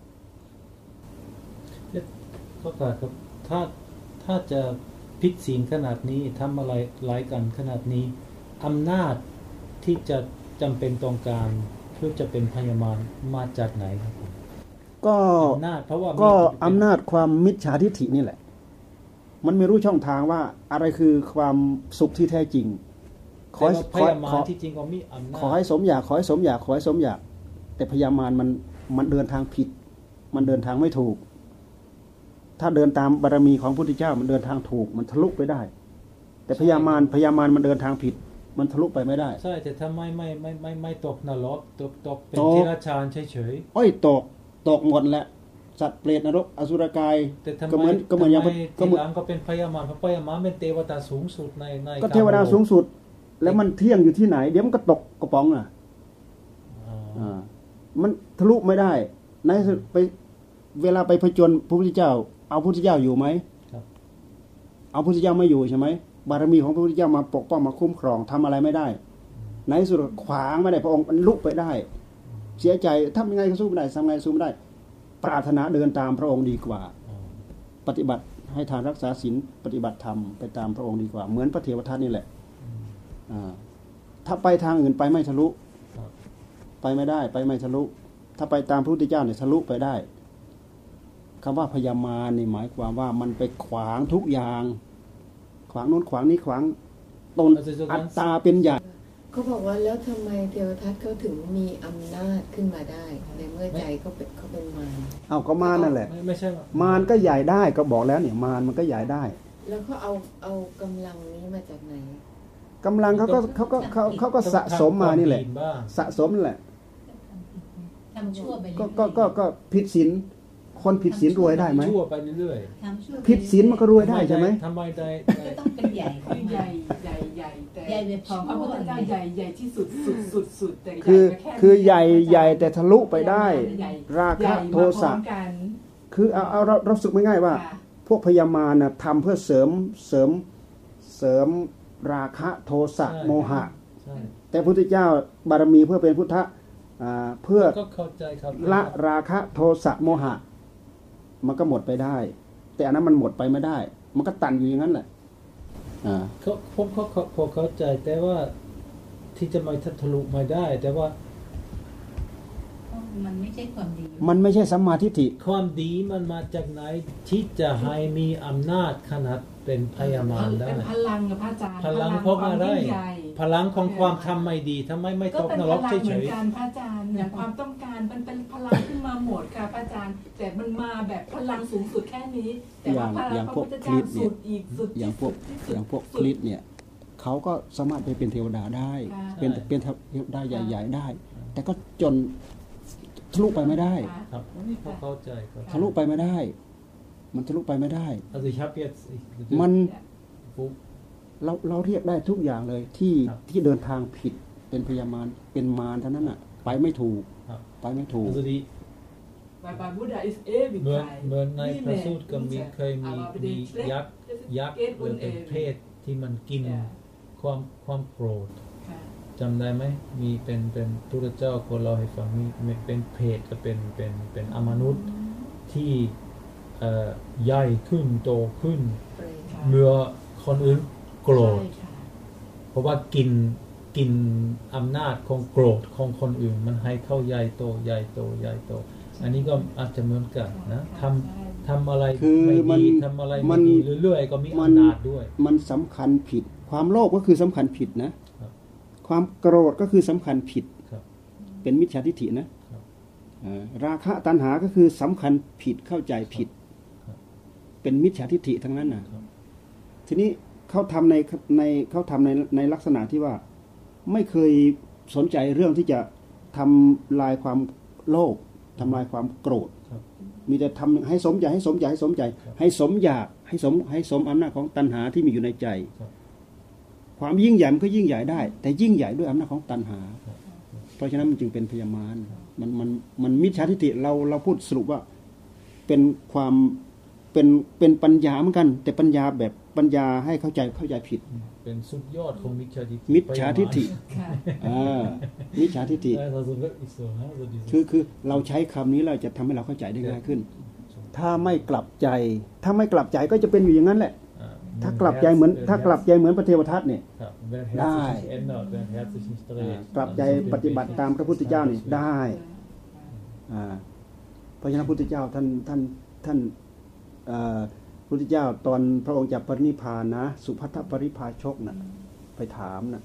ก็ครับถ้าถ้าจะผิดศีลขนาดนี้ทำอะไรหลายกันขนาดนี้อำนาจที่จะจำเป็นต้องการเพื่อจะเป็นพยามารมาจากไหนครับก็อำนาจเพราะว่าก็อำนาจความมิจฉาทิฏฐินี่แหละมันไม่รู้ช่องทางว่าอะไรคือความสุขที่แท้จริงขอให้พยามารที่จริงก็มีอำนาจขอให้สมอยากขอให้สมอยากขอให้สมอยากแต่พยามารมันมันเดินทางผิดมันเดินทางไม่ถูกถ้าเดินตามบารมีของพระพุทธเจ้ามันเดินทางถูกมันทะลุไปได้แต่พยามารพยามารมันเดินทางผิดมันทะลุไปไม่ได้ใช่แต่ถ้าไม่ไม่ไม่ไม่ไม่ตกนรกตกตกเป็นที่ราชานเฉยๆอ้อยตกตกหมดแหละสัตว์เปรตนรกอสุรกายก็เหมือนก็เหมือนอย่างก็เหมือนก็เป็นพยามารเพราะพยามารเป็นเทวดาสูงสุดในในก็เทวดาสูงสุดแล้วมันเที่ยงอยู่ที่ไหนเดี๋ยวมันก็ตกกระป๋องอ่ะอ่ามันทะลุไม่ได้ในไปเวลาไปผจญพระพุทธเจ้าเอาพระพุทธเจ้าอยู่ไหมเอาพระพุทธเจ้าไม่อยู่ใช่ไหมบารมีของพระพุทธเจ้ามาปกป้องมาคุ้มครองทำอะไรไม่ได้ในสุดขวางไม่ได้พระองค์มันลุกไปได้เสียใจทำยังไงก็สู้ไม่ได้ทำไงสู้ไม่ได้ปรารถนาเดินตามพระองค์ดีกว่าปฏิบัติให้ทานรักษาศีลปฏิบัติธรรมไปตามพระองค์ดีกว่าเหมือนพระเทวทัตนี่แหละถ้าไปทางอื่นไปไม่ทะลุไปไม่ได้ไปไม่ทะลุถ้าไปตามพระพุทธเจ้าเนี่ยทะลุไปได้คำว่าพยามารนี่หมายความว่ามันไปขวางทุกอย่างขวางโน้นขวางนี้ขวางตนอัตตาเป็นใหญ่เขาบอกว่าแล้วทำไมเทวทัตเขาถึงมีอำนาจขึ้นมาได้ในเมื่อใจเขาเป็นเขาเป็นมารเอาก็มารนั่นแหละไม่ใช่มารก็ใหญ่ได้ก็บอกแล้วเนี่ยมารมันก็ใหญ่ได้แล้วเขาเอาเอากำลังนี้มาจากไหนกำลังเขาก็เขาก็เขาเขาก็สะสมมานี่แหละสะสมนั่นแหละทำชั่วไปก็ก็ก็ก็ผิดศีลคนผิดศีลรวยได้ไหมชั่วไปเรื่อยๆผิดศีลมันก็รวยได้ใช่ไหมทำไมได้ก็ต้องเป็นใหญ่คือใหญ่ใหญ่ใหญ่แต่ใหญ่แบบของพระพุทธเจ้าใหญ่ใหญ่ที่สุดสุดสุดสุดแต่คือคือใหญ่ใหญ่แต่ทะลุไปได้ราคะโทสะคือเอาเอาเราเราสึกไม่ง่ายว่าพวกพยามารน่ะทำเพื่อเสริมเสริมเสริมราคะโทสะโมหะแต่พระพุทธเจ้าบารมีเพื่อเป็นพุทธะเพื่อละราคะโทสะโมหะมันก็หมดไปได้แต่อันนั้นมันหมดไปไม่ได้มันก็ตันอยู่อย่างนั้นแหละอ่าเขาผมเขาพอเข้าใจแต่ว่าที่จะมาทะลุไม่ได้แต่ว่ามันไม่ใช่ความดีมันไม่ใช่สัมมาทิฏฐิความดีมันมาจากไหนที่จะให้มีอำนาจขนาดเป็นพยามารได้เป็นพลังกับพระอาจารย์พลังเพราะอะไรพลังของความทำไม่ดีทำไมไม่ตกนรกเฉยๆก็เป็นพลังเหมือนกันพระอาจารย์อย่างความต้องการมันเป็นพลังขึ้นมาหมดค่ะพระอาจารย์แต่มันมาแบบพลังสูงสุดแค่นี้แต่ว่าพลังพระพุทธเจ้าสุดอีกสุดอย่างพวกอย่างพวกคลิปเนี่ยเขาก็สามารถไปเป็นเทวดาได้เป็นเป็นเทวดาใหญ่ๆได้แต่ก็จนทะลุไปไม่ได้ครับนี่พอเข้าใจครับทะลุไปไม่ได้มันทะลุไปไม่ได้มันเราเราเรียกได้ทุกอย่างเลยที่ที่เดินทางผิดเป็นพยามารเป็นมารเท่านั้นน่ะไปไม่ถูกไปไม่ถูกเหมือนเหมือนในพระสูตรก็มีเคยมีมียักษ์ยักษ์หรือเป็นเพศที่มันกินความความโกรธจำได้ไหมมีเป็นเป็นพุทธเจ้าคนเราให้ฟังมีมีเป็นเพศก็เป็นเป็นเป็นอมนุษย์ที่เอ่อใหญ่ขึ้นโตขึ้นเมื่อคนอื่นโกรธเพราะว่ากินกินอำนาจของโกรธของคนอื่นมันให้เข้าใหญ่โตใหญ่โตใหญ่โตอันนี้ก็อาจจะเหมือนกันนะทำทำอะไรไม่ดีทำอะไรไม่ดีเรื่อยๆก็มีอำนาจด้วยมันสำคัญผิดความโลภก็คือสำคัญผิดนะความโกรธก็คือสำคัญผิดเป็นมิจฉาทิฏฐินะราคะตัณหาก็คือสำคัญผิดเข้าใจผิดเป็นมิจฉาทิฏฐิทั้งนั้นนะทีนี้เขาทำในในเขาทำในในลักษณะที่ว่าไม่เคยสนใจเรื่องที่จะทำลายความโลภทำลายความโกรธมีแต่ทำให้สมใจให้สมใจให้สมใจให้สมอยากให้สมให้สมอำนาจของตัณหาที่มีอยู่ในใจความยิ่งใหญ่มันก็ยิ่งใหญ่ได้แต่ยิ่งใหญ่ด้วยอำนาจของตัณหาเพราะฉะนั้นมันจึงเป็นพยามารมันมันมันมิจฉาทิฏฐิเราเราพูดสรุปว่าเป็นความเป็นเป็นปัญญาเหมือนกันแต่ปัญญาแบบปัญญาให้เข้าใจเข้าใจผิดเป็นสุดยอดของมิจฉาทิฏฐิมิจฉาทิฏฐิอ่ามิจฉาทิฏฐิคือคือเราใช้คำนี้เราจะทำให้เราเข้าใจได้ง่ายขึ้นถ้าไม่กลับใจถ้าไม่กลับใจก็จะเป็นอยู่อย่างนั้นแหละถ้ากลับใจเหมือนถ้ากลับใจเหมือนพระเทวทัตเนี่ยได้กลับใจปฏิบัติตามพระพุทธเจ้านี่ได้อ่าเพราะฉะนั้นพระพุทธเจ้าท่านท่านท่านพระพุทธเจ้าตอนพระองค์จะปรินิพพานนะสุภัททปริภาชกนะไปถามนะ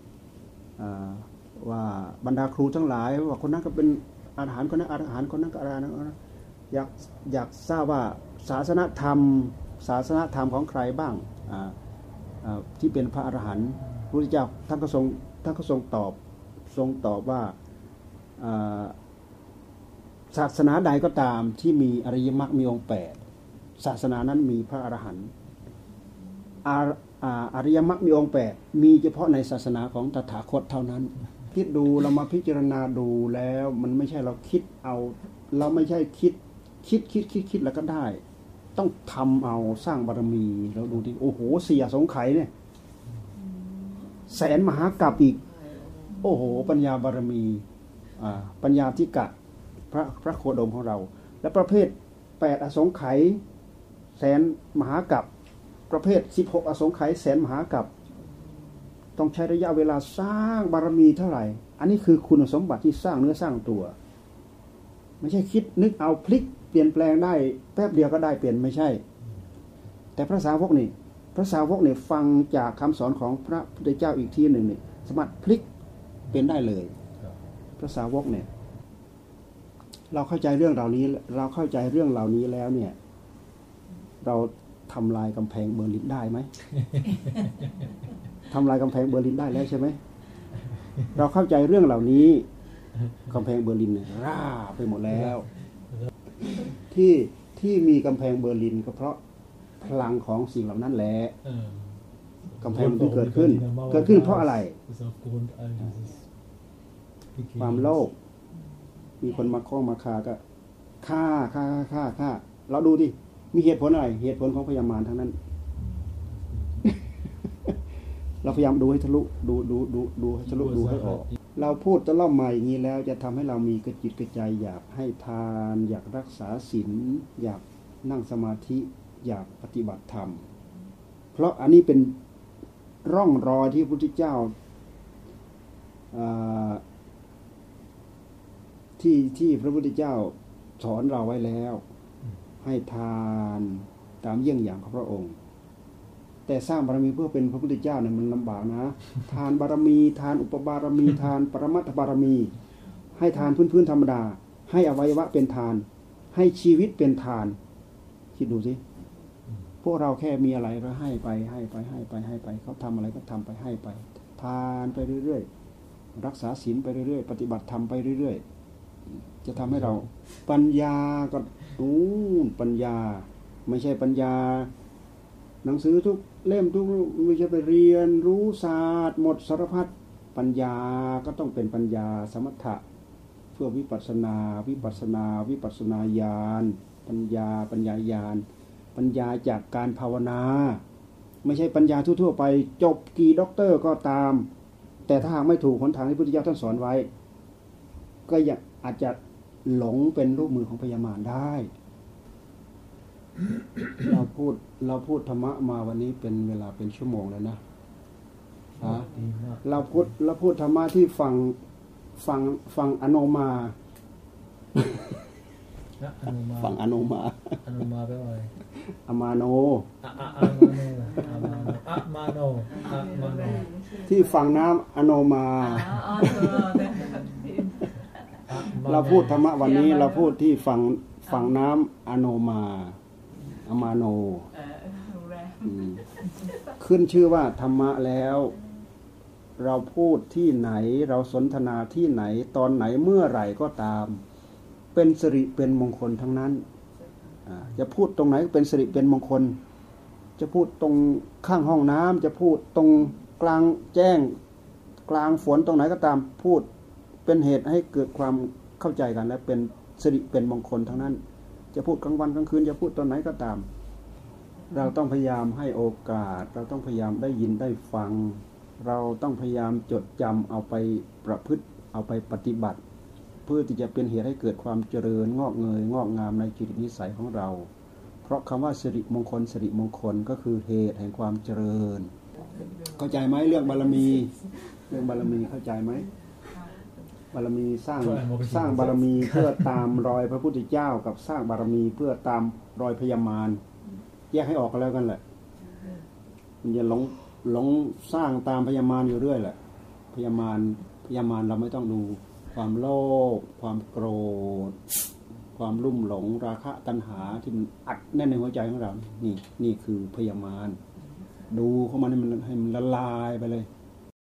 ว่าบรรดาครูทั้งหลายว่าคนนั้นก็เป็นอรหันต์คนนั้นอรหันต์คนนั้นก็อรหันต์อยากอยากทราบว่าศาสนธรรมศาสนธรรมของใครบ้างที่เป็นพระอรหันต์พระพุทธเจ้าท่านก็ทรงท่านก็ทรงตอบทรงตอบว่าศาสนาใดก็ตามที่มีอริยมรรคมีองค์แปดศาสนานั้นมีพระอรหันต์อริยมรรคมีองค์แปดมีเฉพาะในศาสนาของตถาคตเท่านั้นคิดดูเรามาพิจารณาดูแล้วมันไม่ใช่เราคิดเอาเราไม่ใช่คิดคิดคิดคิดคิดแล้วก็ได้ต้องทำเอาสร้างบารมีเราดูดิโอ้โหเสียสงไขเนี่ยแสนมหากาพย์อีกโอ้โหปัญญาบารมีปัญญาธิกะพระพระโคดมของเราและประเภทแปดอสงไขยแสนมหากัปประเภทสิบหกอสงไขยแสนมหากัปต้องใช้ระยะเวลาสร้างบารมีเท่าไหร่อันนี้คือคุณสมบัติที่สร้างเนื้อสร้างตัวไม่ใช่คิดนึกเอาพลิกเปลี่ยนแปลงได้แป๊บเดียวก็ได้เปลี่ยนไม่ใช่แต่พระสาวกนี่พระสาวกนี่ฟังจากคำสอนของพระพุทธเจ้าอีกทีหนึ่งนี่สามารถพลิกเป็นได้เลยพระสาวกเนี่ยเราเข้าใจเรื่องเหล่านี้เราเข้าใจเรื่องเหล่านี้แล้วเนี่ยเราทำลายกำแพงเบอร์ลินได้ไหม ทำลายกำแพงเบอร์ลินได้แล้วใช่ไหมเราเข้าใจเรื่องเหล่านี้กำแพงเบอร์ลินเนี่ยราบไปหมดแล้วที่ที่มีกำแพงเบอร์ลินก็เพราะพลังของสิ่งเหล่านั้นแหละกำแพงที่เกิดขึ้นเกิดขึ้นเพราะอะไรความโลภมีคนมาข้องมาคาก็ฆ่าฆ่าฆ่าฆ่าเราดูดิมีเหตุผลอะไรเหตุผลของพยามารทั้งนั้น เราพยายามดูให้ทะลุดูดูดูดูให้ทะลุดูให้ออกเราพูดตะล่อมมาอย่างนี้แล้วจะทำให้เรามีกระจิตกระใจอยากให้ทานอยากรักษาศีลอยากนั่งสมาธิอยากปฏิบัติธรรมเพราะอันนี้เป็นร่องรอยที่พระพุทธเจ้าที่ที่พระพุทธเจ้าสอนเราไว้แล้วให้ทานตามเยี่ยงอย่างของพระองค์แต่สร้างบารมีเพื่อเป็นพระพุทธเจ้าเนี่ยมันลำบากนะทานบารมีทานอุปบารมีทานปรมัตถบารมีให้ทานพื้นๆธรรมดาให้อวัยวะเป็นทานให้ชีวิตเป็นทานคิดดูสิพวกเราแค่มีอะไรก็ให้ไปให้ไปให้ไปให้ไปเขาทำอะไรก็ทำไปให้ไปทานไปเรื่อยๆรักษาศีลไปเรื่อยๆปฏิบัติธรรมไปเรื่อยๆจะทำให้เราปัญญาก็นู้นปัญญาไม่ใช่ปัญญาหนังสือทุกเล่มทุกไม่ใช่ไปเรียนรู้ศาสตร์หมดสารพัดปัญญาก็ต้องเป็นปัญญาสมถะเพื่อวิปัสสนาวิปัสสนาวิปัสสนาญาณปัญญาปัญญาญาณปัญญาจากการภาวนาไม่ใช่ปัญญาทั่วๆไปจบกี่ด็อกเตอร์ก็ตามแแต่ถ้าหากไม่ถูกหนทางที่พระพุทธเจ้าท่านสอนไว้ก็ยังอาจจะหลงเป็นรูปมือของพญามารได้ เราพูดเราพูดธรรมะมาวันนี้เป็นเวลาเป็นชั่วโมงแล้วนะฮะเราพูดเราพูดธรรมะที่ฟังฟังฟังอโนมาฟังอโนมาอนุมาแปลว่าอะไรอมาโนอะอะอะมาโนอะมาโนอะมาโนอะมาโนที่ฟังน้ำอโนมาเราพูดธรรมะวันนี้เราพูดที่ฟังฟังน้ำอโนมาอมาโนขึ้นชื่อว่าธรรมะแล้วเราพูดที่ไหนเราสนทนาที่ไหนตอนไหนเมื่อไหร่ก็ตามเป็นสิริเป็นมงคลทั้งนั้นจะพูดตรงไหนก็เป็นสิริเป็นมงคลจะพูดตรงข้างห้องน้ำจะพูดตรงกลางแจ้งกลางฝนตรงไหนก็ตามพูดเป็นเหตุให้เกิดความเข้าใจกันและเป็นสิริเป็นมงคลทั้งนั้นจะพูดกลางวันกลางคืนจะพูดตอนไหนก็ตามเราต้องพยายามให้โอกาสเราต้องพยายามได้ยินได้ฟังเราต้องพยายามจดจำเอาไปประพฤติเอาไปปฏิบัติเพื่อที่จะเป็นเหตุให้เกิดความเจริญงอกเงยงอกงามในจิตนิสัยของเราเพราะคำว่าสิริมงคลสิริมงคลก็คือเหตุแห่งความเจริญเข้าใจไหมเรื่องบารมีเรื่องบารมีเข้าใจไหมบารมีสร้างสร้างบารมีเพื่อตามรอยพระพุทธเจ้ากับสร้างบารมีเพื่อตามรอยพญามารแยกให้ออกกันแล้วกันแหละมันจะหลงหลงสร้างตามพญามารอยู่เรื่อยแหละพญามารพญามารเราไม่ต้องดูความโลภความโกรธความลุ่มหลงราคะตัณหาที่มันอัดแน่นในหัวใจของเรานี่นี่คือพญามารดูเข้ามาให้มันให้มันละลายไปเลย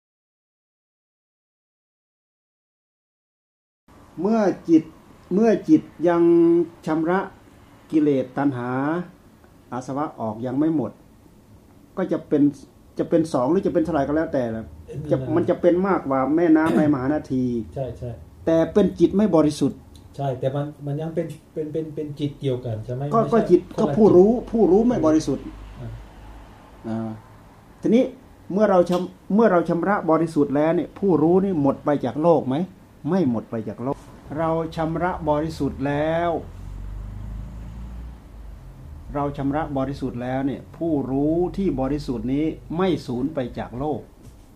เมื่อจิตเมื่อจิตยังชำระกิเลสตัณหาอาสวะออกยังไม่หมดก็จะเป็นจะเป็นสองหรือจะเป็นเท่าไหร่ก็แล้วแต่จะมันจะเป็นมากกว่าแม่น้ำในมหานาทีใช่ใช่แต่เป็นจิตไม่บริสุทธิ์ใช่แต่มันมันยังเป็นเป็นเป็นเป็นจิตเดียวกันใช่ไหมก็ก็จิตก็ผู้รู้ผู้รู้ไม่บริสุทธิ์อ่าทีนี้เมื่อเราชำเมื่อเราชำระบริสุทธิ์แล้วเนี่ยผู้รู้นี่หมดไปจากโลกไหมไม่หมดไปจากโลกเราชำระบริสุทธิ์แล้วเราชำระบริสุทธิ์แล้วเนี่ยผู้รู้ที่บริสุทธิ์นี้ไม่สูญไปจากโลก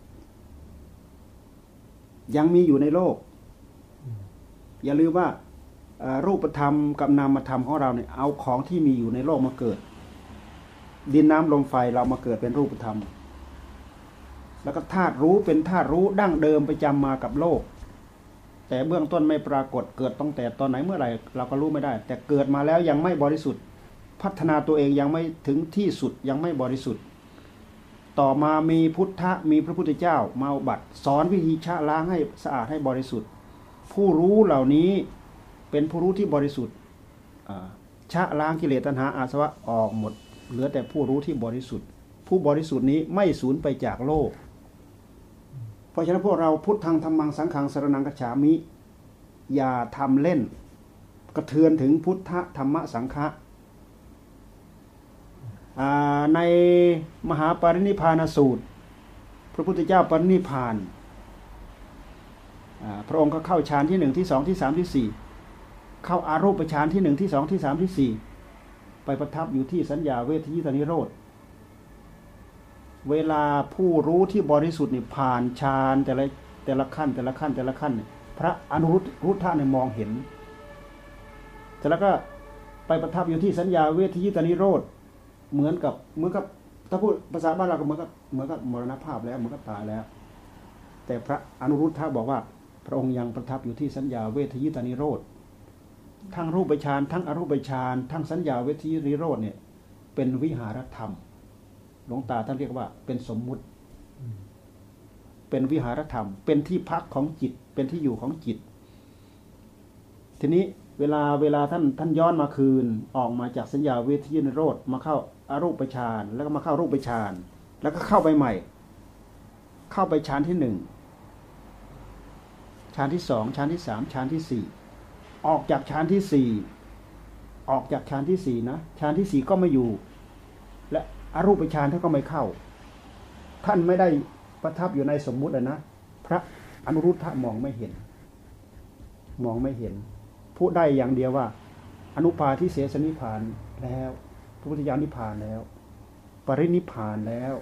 ยังมีอยู่ในโลกอย่าลืมว่ารูปธรรมกับนามธรรมของเราเนี่ยเอาของที่มีอยู่ในโลกมาเกิดดินน้ำลมไฟเรามาเกิดเป็นรูปธรรมแล้วก็ธาตุรู้เป็นธาตุรู้ดั้งเดิมประจำมากับโลกแต่เบื้องต้นไม่ปรากฏเกิดตั้งแต่ตอนไหนเมื่อไหร่เราก็รู้ไม่ได้แต่เกิดมาแล้วยังไม่บริสุทธิ์พัฒนาตัวเองยังไม่ถึงที่สุดยังไม่บริสุทธิ์ต่อมามีพุทธะมีพระพุทธเจ้ามาอุบัติสอนวิธีชะล้างให้สะอาดให้บริสุทธิ์ผู้รู้เหล่านี้เป็นผู้รู้ที่บริสุทธิ์ชะล้างกิเลสตัณหาอาสวะออกหมดเหลือแต่ผู้รู้ที่บริสุทธิ์ผู้บริสุทธิ์นี้ไม่สูญไปจากโลกเพราะฉะนั้นพวกเราพุทธังธัมมังสังฆังสรณังคัจฉามิอย่าทำเล่นกระเทือนถึงพุทธธรรมสังฆะในมหาปรินิพพานสูตรพระพุทธเจ้าปรินิพพานพระองค์ก็เข้าฌานที่หนึ่งที่สองที่สามที่สี่เข้าอารูปฌานที่หนึ่งที่สองที่สามที่สี่ไปประทับอยู่ที่สัญญาเวทยิตานิโรธเวลาผู้รู้ที่บริสุทธิ์นี่ผ่านฌานแต่ละแต่ละขั้นแต่ละขั้นแต่ละขั้นพระอนุรุทธะเนี่ยมองเห็นแต่แล้วก็ไปประทับอยู่ที่สัญญาเวทยิตานิโรธเหมือนกับเหมือนกับถ้าพูดภาษาบ้านเราก็เหมือนกับเหมือนกับมรณภาพแล้วเหมือนกับตายแล้วแต่พระอนุรุทธะบอกว่าพระองค์ยังประทับอยู่ที่สัญญาเวทยิตานิโรธทั้งรูปฌานทั้งอรูปฌานทั้งสัญญาเวทยิตานิโรธเนี่ยเป็นวิหารธรรมหลวงตาท่านเรียกว่าเป็นสมมุติเป็นวิหารธรรมเป็นที่พักของจิตเป็นที่อยู่ของจิตทีนี้เวลาเวลาท่านท่านย้อนมาคืนออกมาจากสัญญาเวทยิตานิโรธมาเข้าอรูปฌานแล้วก็มาเข้ารูปฌานแล้วก็เข้าไปใหม่เข้าไปฌานที่หนึ่งฌานที่สองฌานที่สามฌานที่สี่ออกจากฌานที่สี่ออกจากฌานที่สี่นะฌานที่สี่ก็ไม่อยู่และอรูปฌานท่านก็ไม่เข้าท่านไม่ได้ประทับอยู่ในสมมุตินะพระอนุรุทธะมองไม่เห็นมองไม่เห็นพูดได้อย่างเดียวว่าอนุปาทิเสสนิพพานแล้วพระพุทธเจ้านิพพานแล้วปรินิพพานแล้ว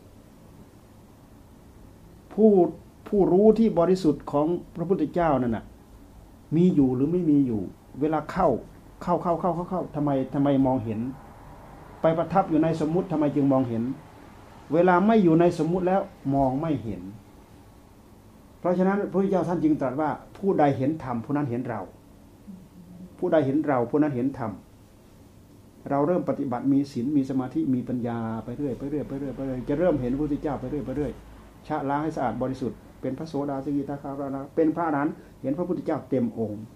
ผู้ผู้รู้ที่บริสุทธิ์ของพระพุทธเจ้านั่นน่ะมีอยู่หรือไม่มีอยู่เวลาเข้าเข้าเข้าเข้าเข้าเข้าทำไมทำไมมองเห็นไปประทับอยู่ในสมมุติทำไมจึงมองเห็นเวลาไม่อยู่ในสมมุติแล้วมองไม่เห็นเพราะฉะนั้นพระพุทธเจ้าท่านจึงตรัสว่าผู้ใดเห็นธรรมผู้นั้นเห็นเราผู้ใดเห็นเราผู้นั้นเห็นธรรมเราเริ่มปฏิบัติมีศีลมีสมาธิมีปัญญาไปเรื่อยไปเรื่อยไปเรื่อยไปเรื่อยจะเริ่มเห็นพระพุทธเจ้าไปเรื่อยไปเรื่อยชะล้างให้สะอาดบริสุทธิ์เป็นพระโสดาสกิทาคารานะเป็นพระอรหันต์เห็นพระพุทธเจ้าเต็มองค์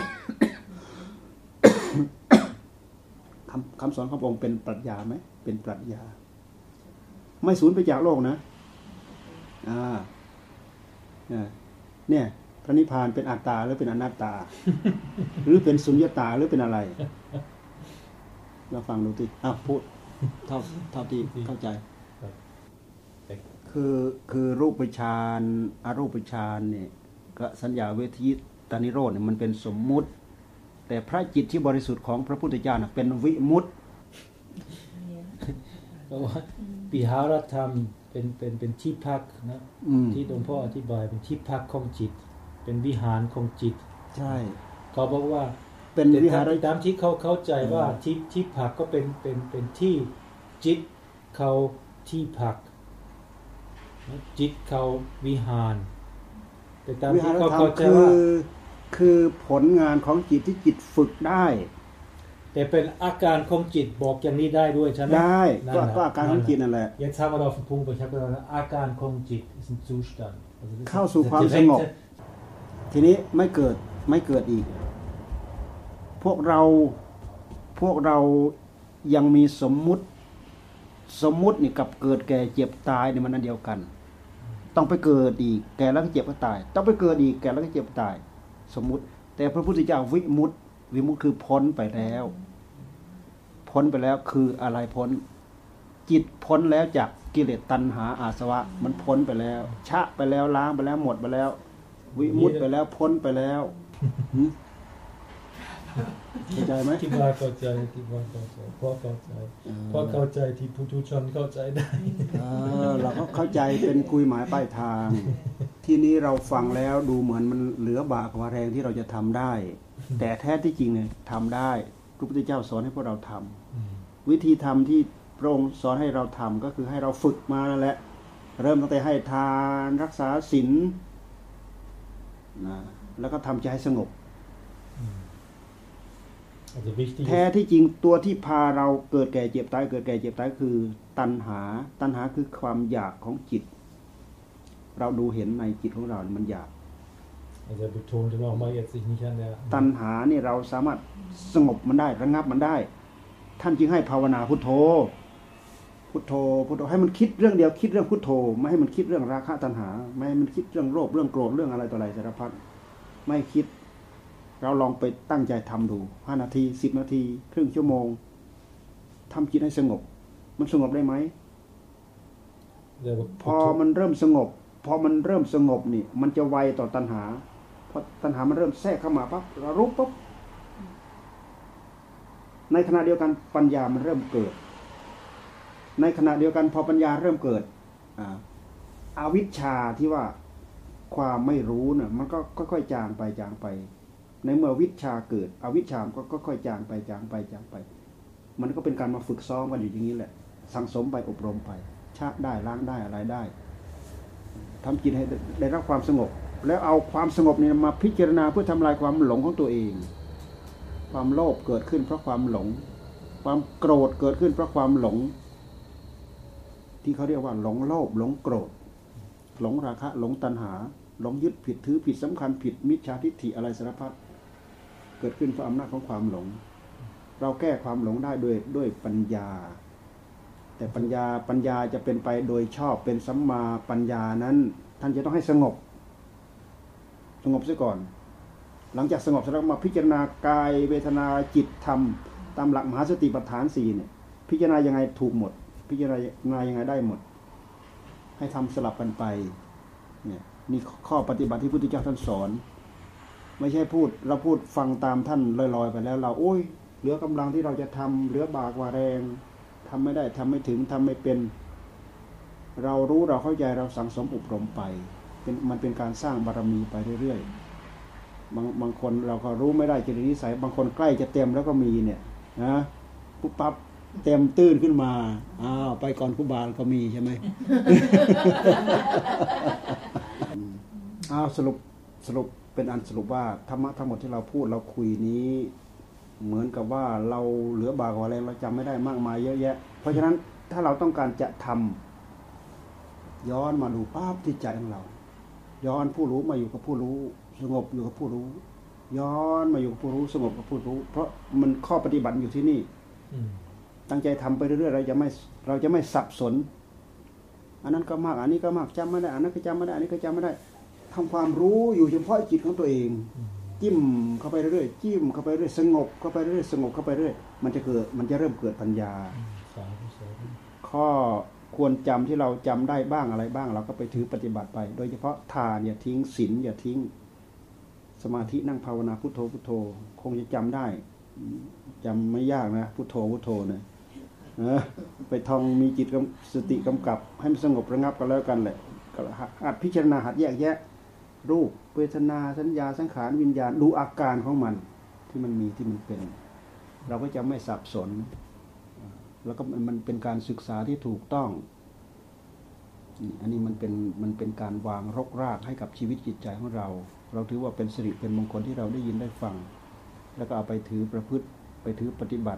คำคำสอนของพระองค์เป็นปรัชญาไหมเป็นปรัชญาไม่สูญไปจากโลกนะอ่าเนี่ยพระนิพพานเป็นอัตตาหรือเป็นอนัตตา หรือเป็นสุญญตาหรือเป็นอะไรเราฟังดูทีอ้าวพูดเท่าเท่าที่เข้าใจคือคือรูปฌานอรูปฌานเนี่ยก็สัญญาเวทีตานิโรธเนี่ยมันเป็นสมมุติแต่พระจิตที่บริสุทธิ์ของพระพุทธเจ้าน่ะเป็นวิมุตติเพราะว่าปิหารธรรมเป็นเป็นเป็นที่พักนะที่หลวงพ่ออธิบายเป็นที่พักของจิตเป็นวิหารของจิตใช่เขาบอกว่าเป็นวิหารตามที่เขาเข้าใจว่าที่ที่พักก็เป็นเป็นเป็นที่จิตเขาที่พักจิตเขาวิหารแต่ตามที่เขาเข้าใจว่าคือผลงานของจิตที่จิตฝึกได้แต่เป็นอาการของจิตบอกอย่างนี้ได้ด้วยใช่ไหมได้ก็ก็อาการของจิตนั่นแหละ Jetzt haben wir auf den Punkt ich habe gesagt อาการของจิต ist ein Zustand เข้าสู่ความสงบทีนี้ไม่เกิดไม่เกิดอีกพวกเราพวกเรายังมีสมมุติสมมุตินี่กับเกิดแก่เจ็บตายเนี่ยมันอันเดียวกันต้องไปเกิดอีกแก่แล้วก็เจ็บก็ตายต้องไปเกิดอีกแก่แล้วก็เจ็บตายสมมุติแต่พระพุทธเจ้าวิมุตติวิมุตติคือพ้นไปแล้วพ้นไปแล้วคืออะไรพ้นจิตพ้นแล้วจากกิเลสตัณหาอาสวะมันพ้นไปแล้วชะไปแล้วล้างไปแล้วหมดไปแล้ววิมุตติไปแล้วพ้นไปแล้วเข้าใจไหมที่ว่าเข้าใจที่ว่าเข้าใจพอเข้าใจพอเข้าใจที่ผู้ทุชนเข้าใจได้เราก็เข้าใจเป็นคุยหมายปลายทางที่นี้เราฟังแล้วดูเหมือนมันเหลือบากว่าแรงที่เราจะทำได้แต่แท้ที่จริงเนี่ยทำได้พระพุทธเจ้าสอนให้พวกเราทำวิธีทำที่พระองค์สอนให้เราทำก็คือให้เราฝึกมานั่นแหละเริ่มตั้งแต่ให้ทานรักษาศีลนะแล้วก็ทำใจให้สงบแท้ที่จริงตัวที่พาเราเกิดแก่เจ็บตายเกิดแก่เจ็บตายคือตัณหาตัณหาคือความอยากของจิตเราดูเห็นในจิตของเรามันอยากตัณหานี่เราสามารถสงบมันได้ระงับมันได้ท่านจึงให้ภาวนาพุทโธพุทโธพุทโธให้มันคิดเรื่องเดียวคิดเรื่องพุทโธไม่ให้มันคิดเรื่องราคะตัณหาไม่ให้มันคิดเรื่องโลภเรื่องโกรธเรื่องอะไรต่ออะไรสารพัดไม่คิดเราลองไปตั้งใจทำดูห้านาทีสิบนาทีครึ่งชั่วโมงทำจิตให้สงบมันสงบได้ไหมพอมันเริ่มสงบพอมันเริ่มสงบนี่มันจะไวต่อตัณหาพอตัณหามันเริ่มแทรกเข้ามาปั๊บเรารู้ปุ๊บในขณะเดียวกันปัญญามันเริ่มเกิดในขณะเดียวกันพอปัญญาเริ่มเกิดอวิชชาที่ว่าความไม่รู้น่ะมันก็ค่อยๆจางไปจางไปในเมื่อวิชชาเกิดอวิชชาก็ค่อยๆจางไปจางไปจางไปมันก็เป็นการมาฝึกซ้อมกันอยู่อย่างนี้แหละสั่งสมไปอบรมไปชะได้ล้างได้อะไรได้ทำจิตให้ได้รับความสงบแล้วเอาความสงบนี้มาพิจารณาเพื่อทำลายความหลงของตัวเองความโลภเกิดขึ้นเพราะความหลงความโกรธเกิดขึ้นเพราะความหลงที่เขาเรียกว่าหลงโลภหลงโกรธหลงราคะหลงตัณหาหลงยึดผิดถือผิดสำคัญผิดมิจฉาทิฏฐิอะไรสารพัดเกิดขึ้นเพราะอำนาจของความหลงเราแก้ความหลงได้ด้วยด้วยปัญญาแต่ปัญญาปัญญาจะเป็นไปโดยชอบเป็นสัมมาปัญญานั้นท่านจะต้องให้สงบสงบซะก่อนหลังจากสงบแล้วมาพิจารณากายเวทนาจิตธรรมตามหลักมหาสติปัฏฐานสี่เนี่ยพิจารณายังไงถูกหมดพิจารณายังไงได้หมดให้ทำสลับกันไปเนี่ยนี่ข้อปฏิบัติที่พระพุทธเจ้าท่านสอน ไม่ใช่พูดเราพูดฟังตามท่านลอยๆไปแล้ว เราโอ้ยเหลือกำลังที่เราจะทำเหลือบากว่าแรงทำไม่ได้ทำไม่ถึงทำไม่เป็น เรารู้เราเข้าใจเราสังสมอบรมไปเป็นมันเป็นการสร้างบารมีไปเรื่อยๆบางบางคนเราก็รู้ไม่ได้จริตนิสัยบางคนใกล้จะเต็มแล้วก็มีเนี่ยนะปุ๊บปั๊บเต็มตื้นขึ้นมาอ้าวไปก่อนครูบาก็มีใช่ไหม อ้าวสรุปสรุปเป็นอันสรุปว่าธรรมะทั้งหมดที่เราพูดเราคุยนี้ เหมือนกับว่าเราเหลือบากกว่าแรงเราจำไม่ได้มากมายเยอะแยะเพราะฉะนั้นถ้าเราต้องการจะทำย้อนมาดูภาพที่ใจของเราย้อนผู้รู้มาอยู่กับผู้รู้สงบอยู่กับผู้รู้ย้อนมาอยู่กับผู้รู้สงบกับผู้รู้เพราะมันข้อปฏิบัติอยู่ที่นี่ตั้งใจทำไปเรื่อยๆเราจะไม่เราจะไม่สับสนอันนั้นก็มากอันนี้ก็มากจำไม่ได้อันนั้นก็จำไม่ได้อันนี้ก็จำไม่ได้ทำความรู้อยู่เฉพาะจิตของตัวเองจิ้มเข้าไปเรื่อยๆจิ้มเข้าไปเรื่อยสงบเข้าไปเรื่อยสงบเข้าไปเรื่อยมันจะเกิดมันจะเริ่มเกิดปัญญาข้อควรจำที่เราจำได้บ้างอะไรบ้างเราก็ไปถือปฏิบัติไปโดยเฉพาะทานอย่าทิ้งศีลอย่าทิ้งสมาธินั่งภาวนาพุทโธพุทโธคงจะจำได้จำไม่ยากนะพุทโธพุทโธเนี่ยไปท่องมีจิตสติกำกับให้มันสงบระงับกันแล้วกันแหละหัดพิจารณาหัดแยกแยะรูปเวทนาสัญญาสังขารวิญญาณดูอาการของมันที่มันมีที่มันเป็นเราก็จะไม่สับสนแล้วก็มันเป็นการศึกษาที่ถูกต้องอันนี้มันเป็นมันเป็นการวางรกรากให้กับชีวิตจิตใจของเราเราถือว่าเป็นสิริเป็นมงคลที่เราได้ยินได้ฟังแล้วก็เอาไปถือประพฤติไปถือปฏิบัติ